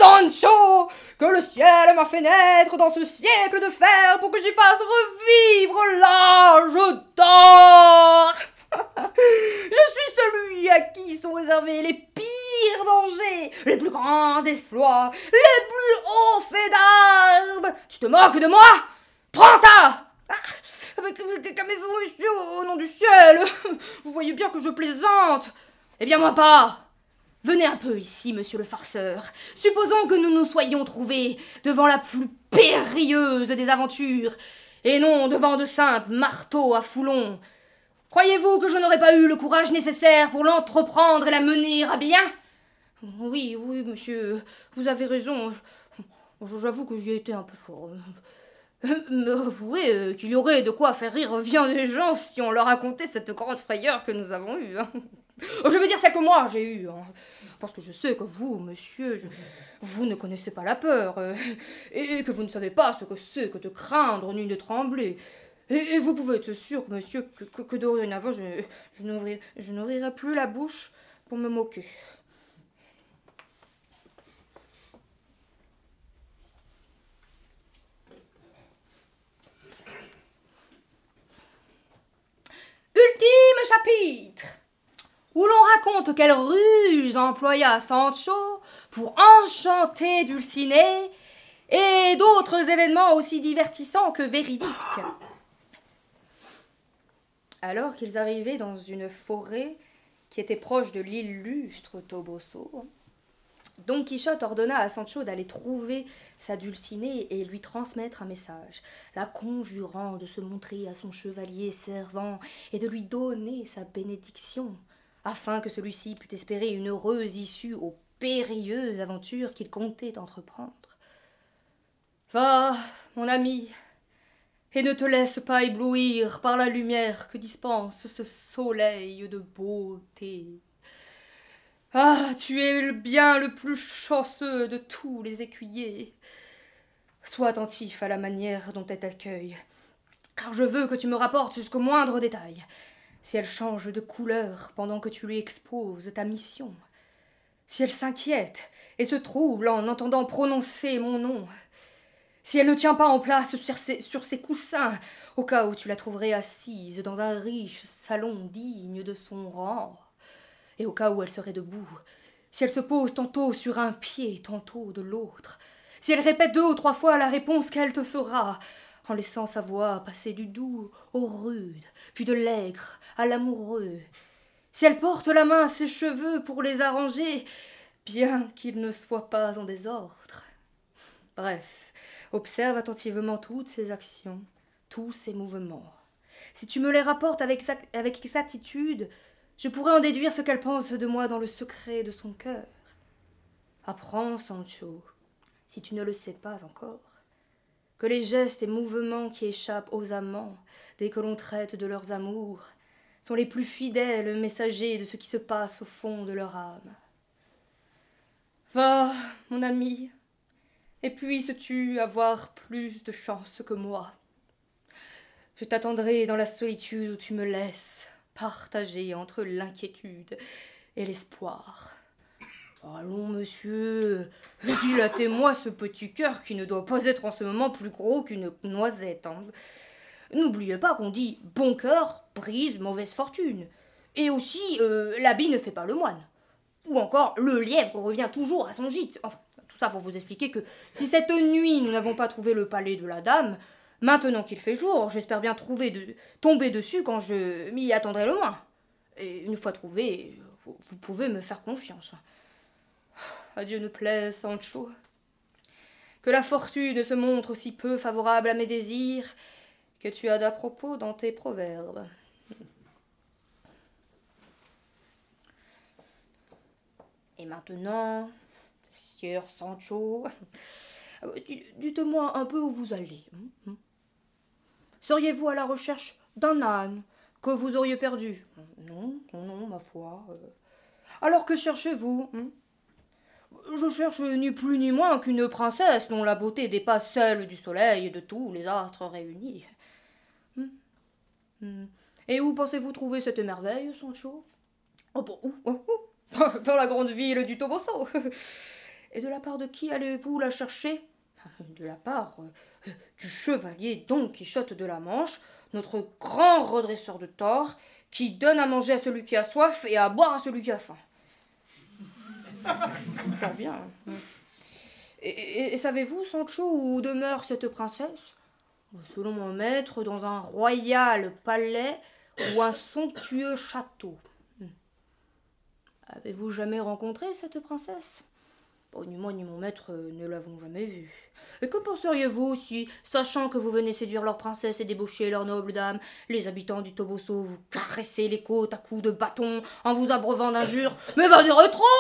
Sancho, que le ciel m'a fait naître dans ce siècle de fer pour que j'y fasse revivre l'âge d'or. Je suis celui à qui sont réservés les pires dangers, les plus grands exploits, les plus hauts faits d'armes. Tu te moques de moi? Prends ça! Calmez-vous, monsieur, au nom du ciel. Vous voyez bien que je plaisante. Eh bien, moi pas. Venez un peu ici, monsieur le farceur. Supposons que nous nous soyons trouvés devant la plus périlleuse des aventures, et non devant de simples marteaux à foulons. Croyez-vous que je n'aurais pas eu le courage nécessaire pour l'entreprendre et la mener à bien? Oui, oui, monsieur, vous avez raison. J'avoue que j'y ai été un peu fort. Mais avouez qu'il y aurait de quoi faire rire bien des gens si on leur racontait cette grande frayeur que nous avons eue. Hein. Je veux dire celle que moi j'ai eue. Hein. Parce que je sais que vous, monsieur, je, vous ne connaissez pas la peur. Euh, et que vous ne savez pas ce que c'est que de craindre ni de trembler. Et, et vous pouvez être sûr, monsieur, que, que, que dorénavant, je, je, n'ouvrirai, je n'ouvrirai plus la bouche pour me moquer. Ultime chapitre, où l'on raconte quelle ruse employa Sancho pour enchanter Dulcinée et d'autres événements aussi divertissants que véridiques. Alors qu'ils arrivaient dans une forêt qui était proche de l'illustre Toboso, Don Quichotte ordonna à Sancho d'aller trouver sa Dulcinée et lui transmettre un message, la conjurant de se montrer à son chevalier servant et de lui donner sa bénédiction, afin que celui-ci pût espérer une heureuse issue aux périlleuses aventures qu'il comptait entreprendre. Va, mon ami, et ne te laisse pas éblouir par la lumière que dispense ce soleil de beauté. Ah, tu es bien le plus chanceux de tous les écuyers. Sois attentif à la manière dont elle t'accueille, car je veux que tu me rapportes jusqu'au moindre détail. Si elle change de couleur pendant que tu lui exposes ta mission, si elle s'inquiète et se trouble en entendant prononcer mon nom, si elle ne tient pas en place sur ses, sur ses coussins, au cas où tu la trouverais assise dans un riche salon digne de son rang, et au cas où elle serait debout, si elle se pose tantôt sur un pied, tantôt de l'autre, si elle répète deux ou trois fois la réponse qu'elle te fera, en laissant sa voix passer du doux au rude, puis de l'aigre à l'amoureux, si elle porte la main à ses cheveux pour les arranger, bien qu'ils ne soient pas en désordre. Bref, observe attentivement toutes ses actions, tous ses mouvements. Si tu me les rapportes avec, avec exactitude, je pourrais en déduire ce qu'elle pense de moi dans le secret de son cœur. Apprends, Sancho, si tu ne le sais pas encore, que les gestes et mouvements qui échappent aux amants dès que l'on traite de leurs amours sont les plus fidèles messagers de ce qui se passe au fond de leur âme. Va, mon ami, et puisses-tu avoir plus de chance que moi. Je t'attendrai dans la solitude où tu me laisses, partagé entre l'inquiétude et l'espoir. Allons, monsieur, dilatez-moi ce petit cœur qui ne doit pas être en ce moment plus gros qu'une noisette. Hein. N'oubliez pas qu'on dit « bon cœur brise mauvaise fortune ». Et aussi, euh, l'habit ne fait pas le moine. Ou encore, le lièvre revient toujours à son gîte. Enfin, tout ça pour vous expliquer que si cette nuit nous n'avons pas trouvé le palais de la dame, maintenant qu'il fait jour, j'espère bien trouver de, tomber dessus quand je m'y attendrai le moins. Et une fois trouvé, vous, vous pouvez me faire confiance. À Dieu ne plaise, Sancho, que la fortune se montre aussi peu favorable à mes désirs que tu as d'à propos dans tes proverbes. Et maintenant, sieur Sancho, dites-moi un peu où vous allez. Seriez-vous à la recherche d'un âne que vous auriez perdu? Non, non, non, ma foi. Alors que cherchez-vous? Je cherche ni plus ni moins qu'une princesse dont la beauté dépasse celle du soleil et de tous les astres réunis. Et où pensez-vous trouver cette merveille, Sancho? Oh, bon, où, où, où Dans la grande ville du Toboso. Et de la part de qui allez-vous la chercher ? De la part euh, du chevalier Don Quichotte de la Manche, notre grand redresseur de tort, qui donne à manger à celui qui a soif et à boire à celui qui a faim. Fort bien. Et, et, et savez-vous, Sancho, où demeure cette princesse ? Selon mon maître, dans un royal palais ou un somptueux château. Avez-vous jamais rencontré cette princesse ? Bon, ni moi ni mon maître ne l'avons jamais vue. Et que penseriez-vous si, sachant que vous venez séduire leur princesse et débaucher leur noble dame, les habitants du Toboso vous caressaient les côtes à coups de bâton en vous abreuvant d'injures ? Mais va des rétros !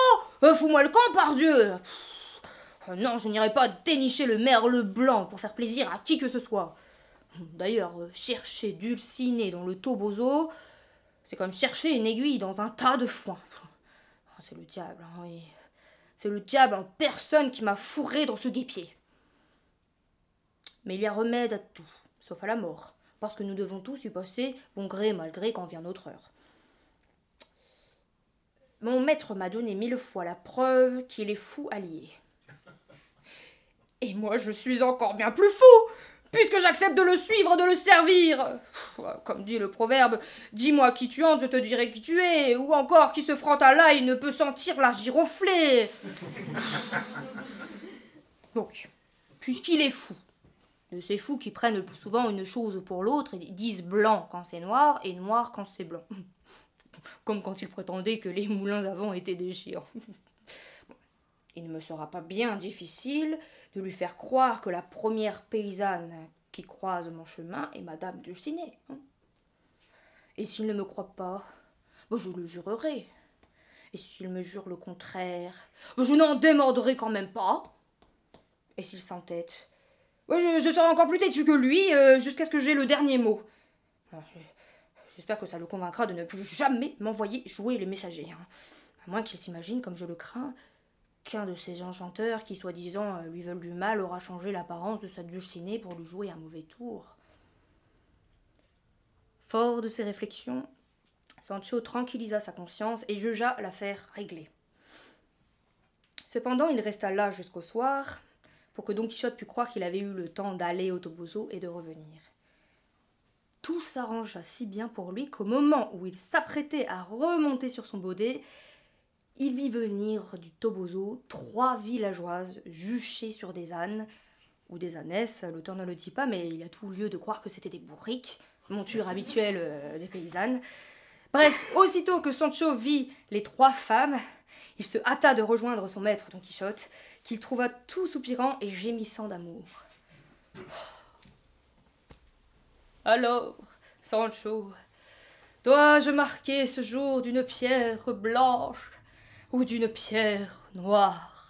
Fous-moi le camp, pardieu ! Oh non, je n'irai pas dénicher le merle blanc pour faire plaisir à qui que ce soit. D'ailleurs, chercher Dulcinée dans le Toboso, c'est comme chercher une aiguille dans un tas de foin. C'est le diable, hein, oui. C'est le diable en personne qui m'a fourré dans ce guêpier. Mais il y a remède à tout, sauf à la mort, parce que nous devons tous y passer, bon gré mal gré, quand vient notre heure. Mon maître m'a donné mille fois la preuve qu'il est fou allié. Et moi, je suis encore bien plus fou, puisque j'accepte de le suivre, de le servir. Comme dit le proverbe, dis-moi qui tu entres, je te dirai qui tu es, ou encore qui se frotte à l'ail ne peut sentir la giroflée. Donc, puisqu'il est fou, de ces fous qui prennent le plus souvent une chose pour l'autre et disent blanc quand c'est noir et noir quand c'est blanc. Comme quand ils prétendaient que les moulins à vent étaient des géants. Il ne me sera pas bien difficile de lui faire croire que la première paysanne qui croise mon chemin est Madame Dulcinée. Et s'il ne me croit pas, je le jurerai. Et s'il me jure le contraire, je n'en démordrai quand même pas. Et s'il s'entête, je, je serai encore plus têtu que lui, euh, jusqu'à ce que j'aie le dernier mot. J'espère que ça le convaincra de ne plus jamais m'envoyer jouer les messagers. Hein. À moins qu'il s'imagine, comme je le crains, qu'un de ces enchanteurs qui, soi-disant, lui veulent du mal, aura changé l'apparence de sa Dulcinée pour lui jouer un mauvais tour. Fort de ses réflexions, Sancho tranquillisa sa conscience et jugea l'affaire réglée. Cependant, il resta là jusqu'au soir, pour que Don Quichotte pût croire qu'il avait eu le temps d'aller au Toboso et de revenir. Tout s'arrangea si bien pour lui qu'au moment où il s'apprêtait à remonter sur son baudet, il vit venir du Toboso trois villageoises juchées sur des ânes, ou des ânesses, l'auteur ne le dit pas, mais il y a tout lieu de croire que c'était des bourriques, monture habituelle euh, des paysannes. Bref, aussitôt que Sancho vit les trois femmes, il se hâta de rejoindre son maître Don Quichotte, qu'il trouva tout soupirant et gémissant d'amour. Alors, Sancho, dois-je marquer ce jour d'une pierre blanche ou d'une pierre noire ?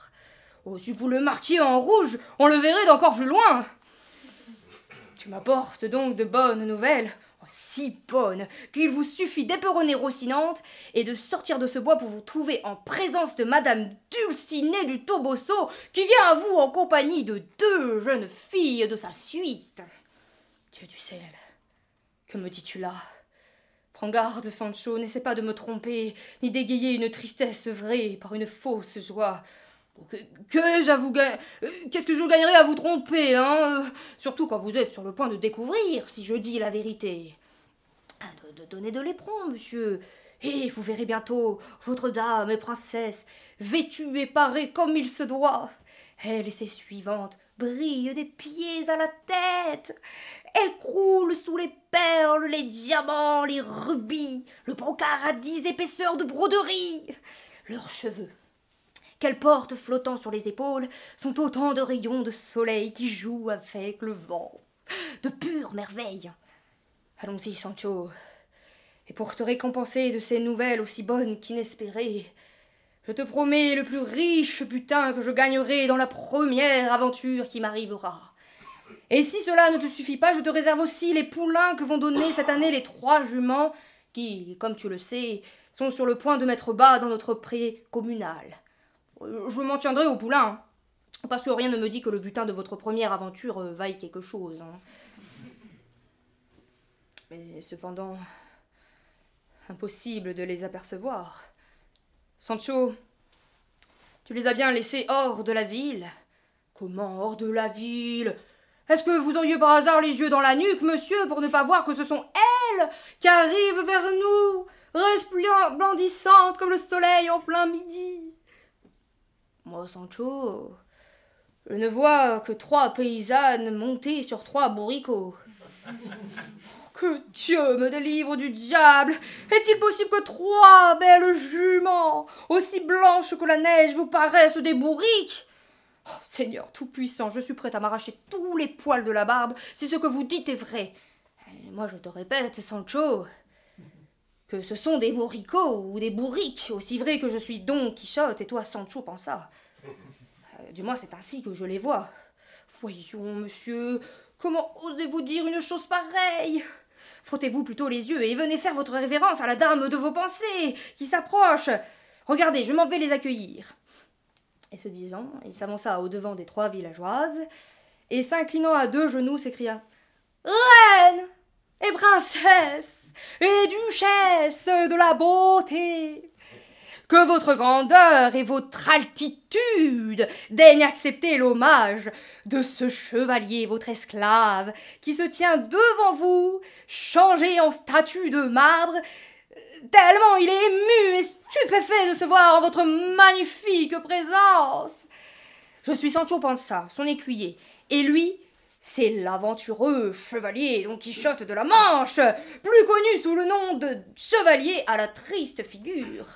Oh, si vous le marquiez en rouge, on le verrait d'encore plus loin. Tu m'apportes donc de bonnes nouvelles, oh, si bonnes qu'il vous suffit d'éperonner Rocinante et de sortir de ce bois pour vous trouver en présence de Madame Dulcinée du Toboso, qui vient à vous en compagnie de deux jeunes filles de sa suite. Dieu du ciel, que me dis-tu là ? Prends garde, Sancho, n'essaie pas de me tromper, ni d'égayer une tristesse vraie par une fausse joie. Que, que j'avoue, qu'est-ce que je gagnerais à vous tromper, hein ? Surtout quand vous êtes sur le point de découvrir, si je dis la vérité. Ah, de, de donner de l'éperon, monsieur. Et vous verrez bientôt votre dame et princesse, vêtue et parée comme il se doit. Elle et ses suivantes brillent des pieds à la tête. Elles croulent sous les perles, les diamants, les rubis, le brocart à dix épaisseurs de broderie. Leurs cheveux, qu'elles portent flottant sur les épaules, sont autant de rayons de soleil qui jouent avec le vent. De pure merveille. Allons-y, Sancho. Et pour te récompenser de ces nouvelles aussi bonnes qu'inespérées, je te promets le plus riche butin que je gagnerai dans la première aventure qui m'arrivera. Et si cela ne te suffit pas, je te réserve aussi les poulains que vont donner cette année les trois juments qui, comme tu le sais, sont sur le point de mettre bas dans notre pré communal. Je m'en tiendrai aux poulains, parce que rien ne me dit que le butin de votre première aventure vaille quelque chose. Hein. Mais cependant, impossible de les apercevoir. Sancho, Tu les as bien laissés hors de la ville. » »« Comment hors de la ville ? Est-ce que vous auriez par hasard les yeux dans la nuque, monsieur, pour ne pas voir que ce sont elles qui arrivent vers nous, resplendissantes comme le soleil en plein midi ? » ?»« Moi, Sancho, je ne vois que trois paysannes montées sur trois bourricots. » »« Que Dieu me délivre du diable! Est-il possible que trois belles juments, aussi blanches que la neige, vous paraissent des bourriques ? Oh, Seigneur tout-puissant, je suis prête à m'arracher tous les poils de la barbe si ce que vous dites est vrai. Et moi, je te répète, Sancho, que ce sont des bourricots ou des bourriques, aussi vrai que je suis Don Quichotte et toi, Sancho Panza. Euh, du moins, c'est ainsi que je les vois. Voyons, monsieur, comment osez-vous dire une chose pareille ? Frottez-vous plutôt les yeux et venez faire votre révérence à la dame de vos pensées, qui s'approche. Regardez, je m'en vais les accueillir. » Et ce disant, il s'avança au-devant des trois villageoises, et s'inclinant à deux genoux, s'écria « Reine et princesse et duchesse de la beauté, que votre grandeur et votre altitude daignent accepter l'hommage de ce chevalier, votre esclave, qui se tient devant vous, changé en statue de marbre, tellement il est ému et stupéfait de se voir en votre magnifique présence. Je suis Sancho Panza, son écuyer, et lui, c'est l'aventureux chevalier Don Quichotte de la Manche, plus connu sous le nom de chevalier à la triste figure.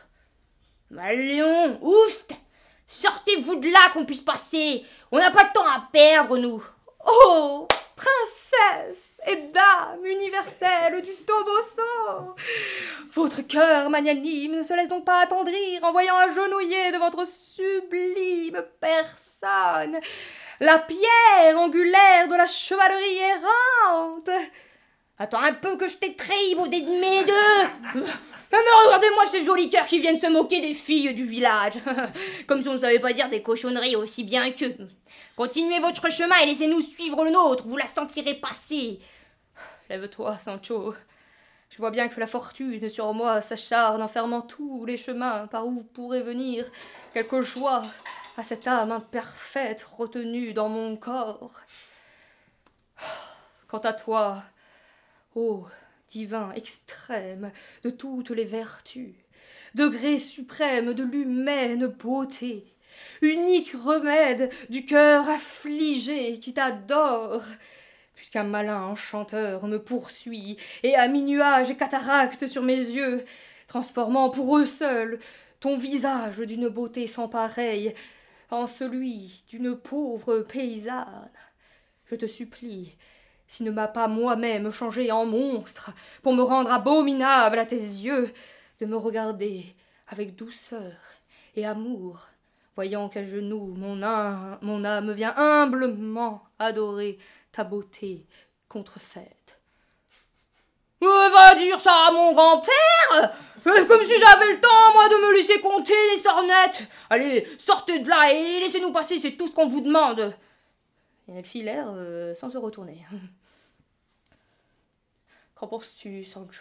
Maléon, oust, sortez-vous de là qu'on puisse passer, on n'a pas de temps à perdre, nous. Oh, princesse et dame universelle du Toboso, votre cœur magnanime ne se laisse donc pas attendrir en voyant agenouiller de votre sublime personne la pierre angulaire de la chevalerie errante. Attends un peu que je t'ai trahi, vos dés de mes deux. Mais regardez-moi ces jolis cœurs qui viennent se moquer des filles du village. Comme si on ne savait pas dire des cochonneries aussi bien qu'eux. Continuez votre chemin et laissez-nous suivre le nôtre, vous la sentirez passer. Lève-toi, Sancho. Je vois bien que la fortune sur moi s'acharne en fermant tous les chemins par où pourrait venir quelque joie à cette âme imparfaite retenue dans mon corps. Quant à toi, ô divin extrême de toutes les vertus, degré suprême de l'humaine beauté, unique remède du cœur affligé qui t'adore, puisqu'un malin enchanteur me poursuit et a mis nuages et cataractes sur mes yeux, transformant pour eux seuls ton visage d'une beauté sans pareille en celui d'une pauvre paysanne. Je te supplie, s'il ne m'a pas moi-même changé en monstre pour me rendre abominable à tes yeux, de me regarder avec douceur et amour, voyant qu'à genoux mon âme, mon âme vient humblement adorer ta beauté contrefaite. « Va dire ça à mon grand-père ? Comme si j'avais le temps, moi, de me laisser compter les sornettes. Allez, sortez de là et laissez-nous passer, c'est tout ce qu'on vous demande. » Et elle fit l'air euh, sans se retourner. « Qu'en penses-tu, Sancho ?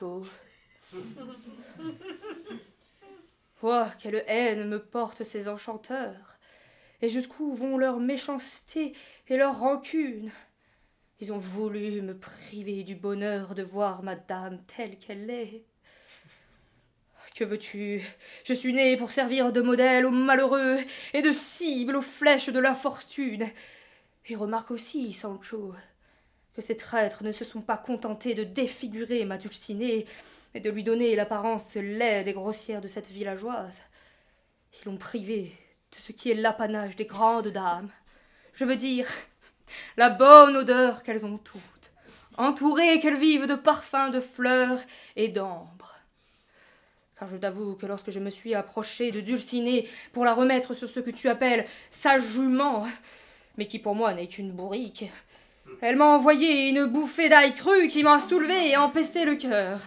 Vois quelle haine me portent ces enchanteurs, et jusqu'où vont leur méchanceté et leur rancune. Ils ont voulu me priver du bonheur de voir ma dame telle qu'elle est. Que veux-tu ? Je suis né pour servir de modèle aux malheureux et de cible aux flèches de l'infortune. Et remarque aussi, Sancho, que ces traîtres ne se sont pas contentés de défigurer ma Dulcinée et de lui donner l'apparence laide et grossière de cette villageoise. Ils l'ont privée de ce qui est l'apanage des grandes dames. Je veux dire, la bonne odeur qu'elles ont toutes, entourées qu'elles vivent de parfums de fleurs et d'ambre. Car je t'avoue que lorsque je me suis approchée de Dulcinée pour la remettre sur ce que tu appelles sa jument, mais qui pour moi n'est qu'une bourrique, elle m'a envoyé une bouffée d'ail cru qui m'a soulevé et empesté le cœur.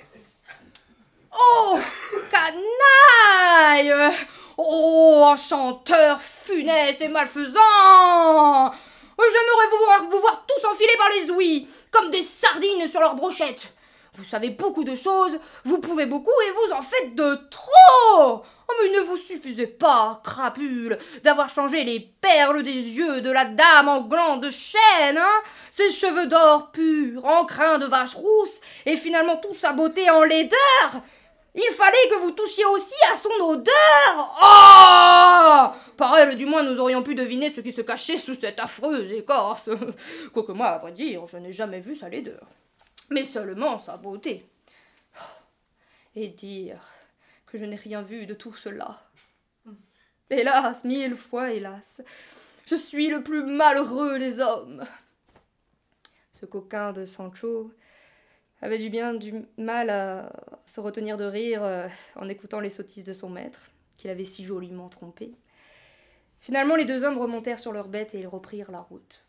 Oh, canaille! Oh, enchanteur funeste et malfaisant! J'aimerais vous voir, vous voir tous enfilés par les ouïes, comme des sardines sur leurs brochettes. Vous savez beaucoup de choses, vous pouvez beaucoup et vous en faites de trop. Oh, mais il ne vous suffisait pas, crapule, d'avoir changé les perles des yeux de la dame en glands de chêne, hein, ses cheveux d'or pur, en crin de vache rousse, et finalement toute sa beauté en laideur. Il fallait que vous touchiez aussi à son odeur. Oh! Par elle, du moins, nous aurions pu deviner ce qui se cachait sous cette affreuse écorce. Quoique moi, à vrai dire, je n'ai jamais vu sa laideur, mais seulement sa beauté. Et dire que je n'ai rien vu de tout cela. Hélas, mille fois hélas, je suis le plus malheureux des hommes. Ce coquin de Sancho avait du bien du mal à se retenir de rire euh, en écoutant les sottises de son maître, qu'il avait si joliment trompé. Finalement, les deux hommes remontèrent sur leurs bêtes et ils reprirent la route.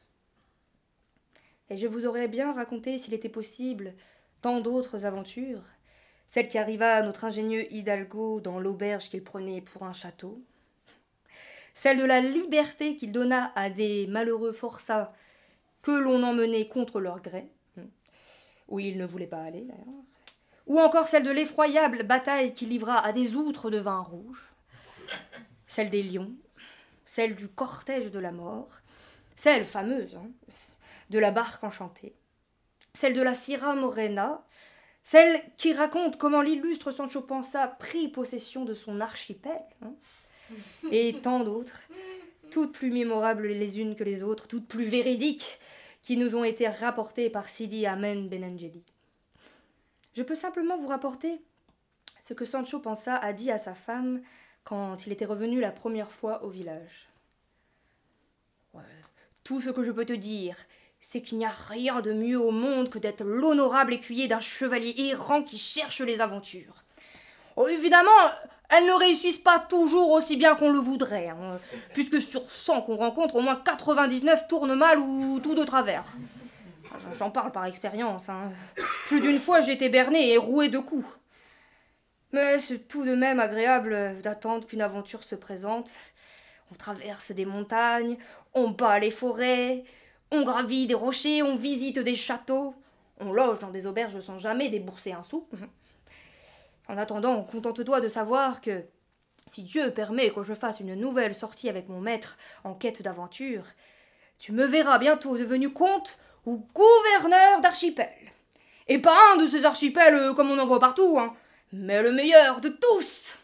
Et je vous aurais bien raconté, s'il était possible, tant d'autres aventures, celle qui arriva à notre ingénieux Hidalgo dans l'auberge qu'il prenait pour un château, celle de la liberté qu'il donna à des malheureux forçats que l'on emmenait contre leur gré, où ils ne voulaient pas aller d'ailleurs, ou encore celle de l'effroyable bataille qu'il livra à des outres de vin rouge, celle des lions, celle du cortège de la mort, celle fameuse hein, de la barque enchantée, celle de la Sierra Morena, celle qui raconte comment l'illustre Sancho Panza prit possession de son archipel, hein, et tant d'autres, toutes plus mémorables les unes que les autres, toutes plus véridiques, qui nous ont été rapportées par Sidi Amen Benengeli. Je peux simplement vous rapporter ce que Sancho Panza a dit à sa femme quand il était revenu la première fois au village. Ouais, tout ce que je peux te dire, c'est qu'il n'y a rien de mieux au monde que d'être l'honorable écuyer d'un chevalier errant qui cherche les aventures. Oh, évidemment, elles ne réussissent pas toujours aussi bien qu'on le voudrait, hein, puisque sur cent qu'on rencontre, au moins quatre-vingt-dix-neuf tournent mal ou tout de travers. J'en parle par expérience. Hein. Plus d'une fois, j'ai été berné et roué de coups. Mais c'est tout de même agréable d'attendre qu'une aventure se présente. On traverse des montagnes, on bat les forêts, on gravit des rochers, on visite des châteaux, on loge dans des auberges sans jamais débourser un sou. En attendant, contente-toi de savoir que, si Dieu permet que je fasse une nouvelle sortie avec mon maître en quête d'aventure, tu me verras bientôt devenu comte ou gouverneur d'archipel. Et pas un de ces archipels comme on en voit partout, hein, mais le meilleur de tous.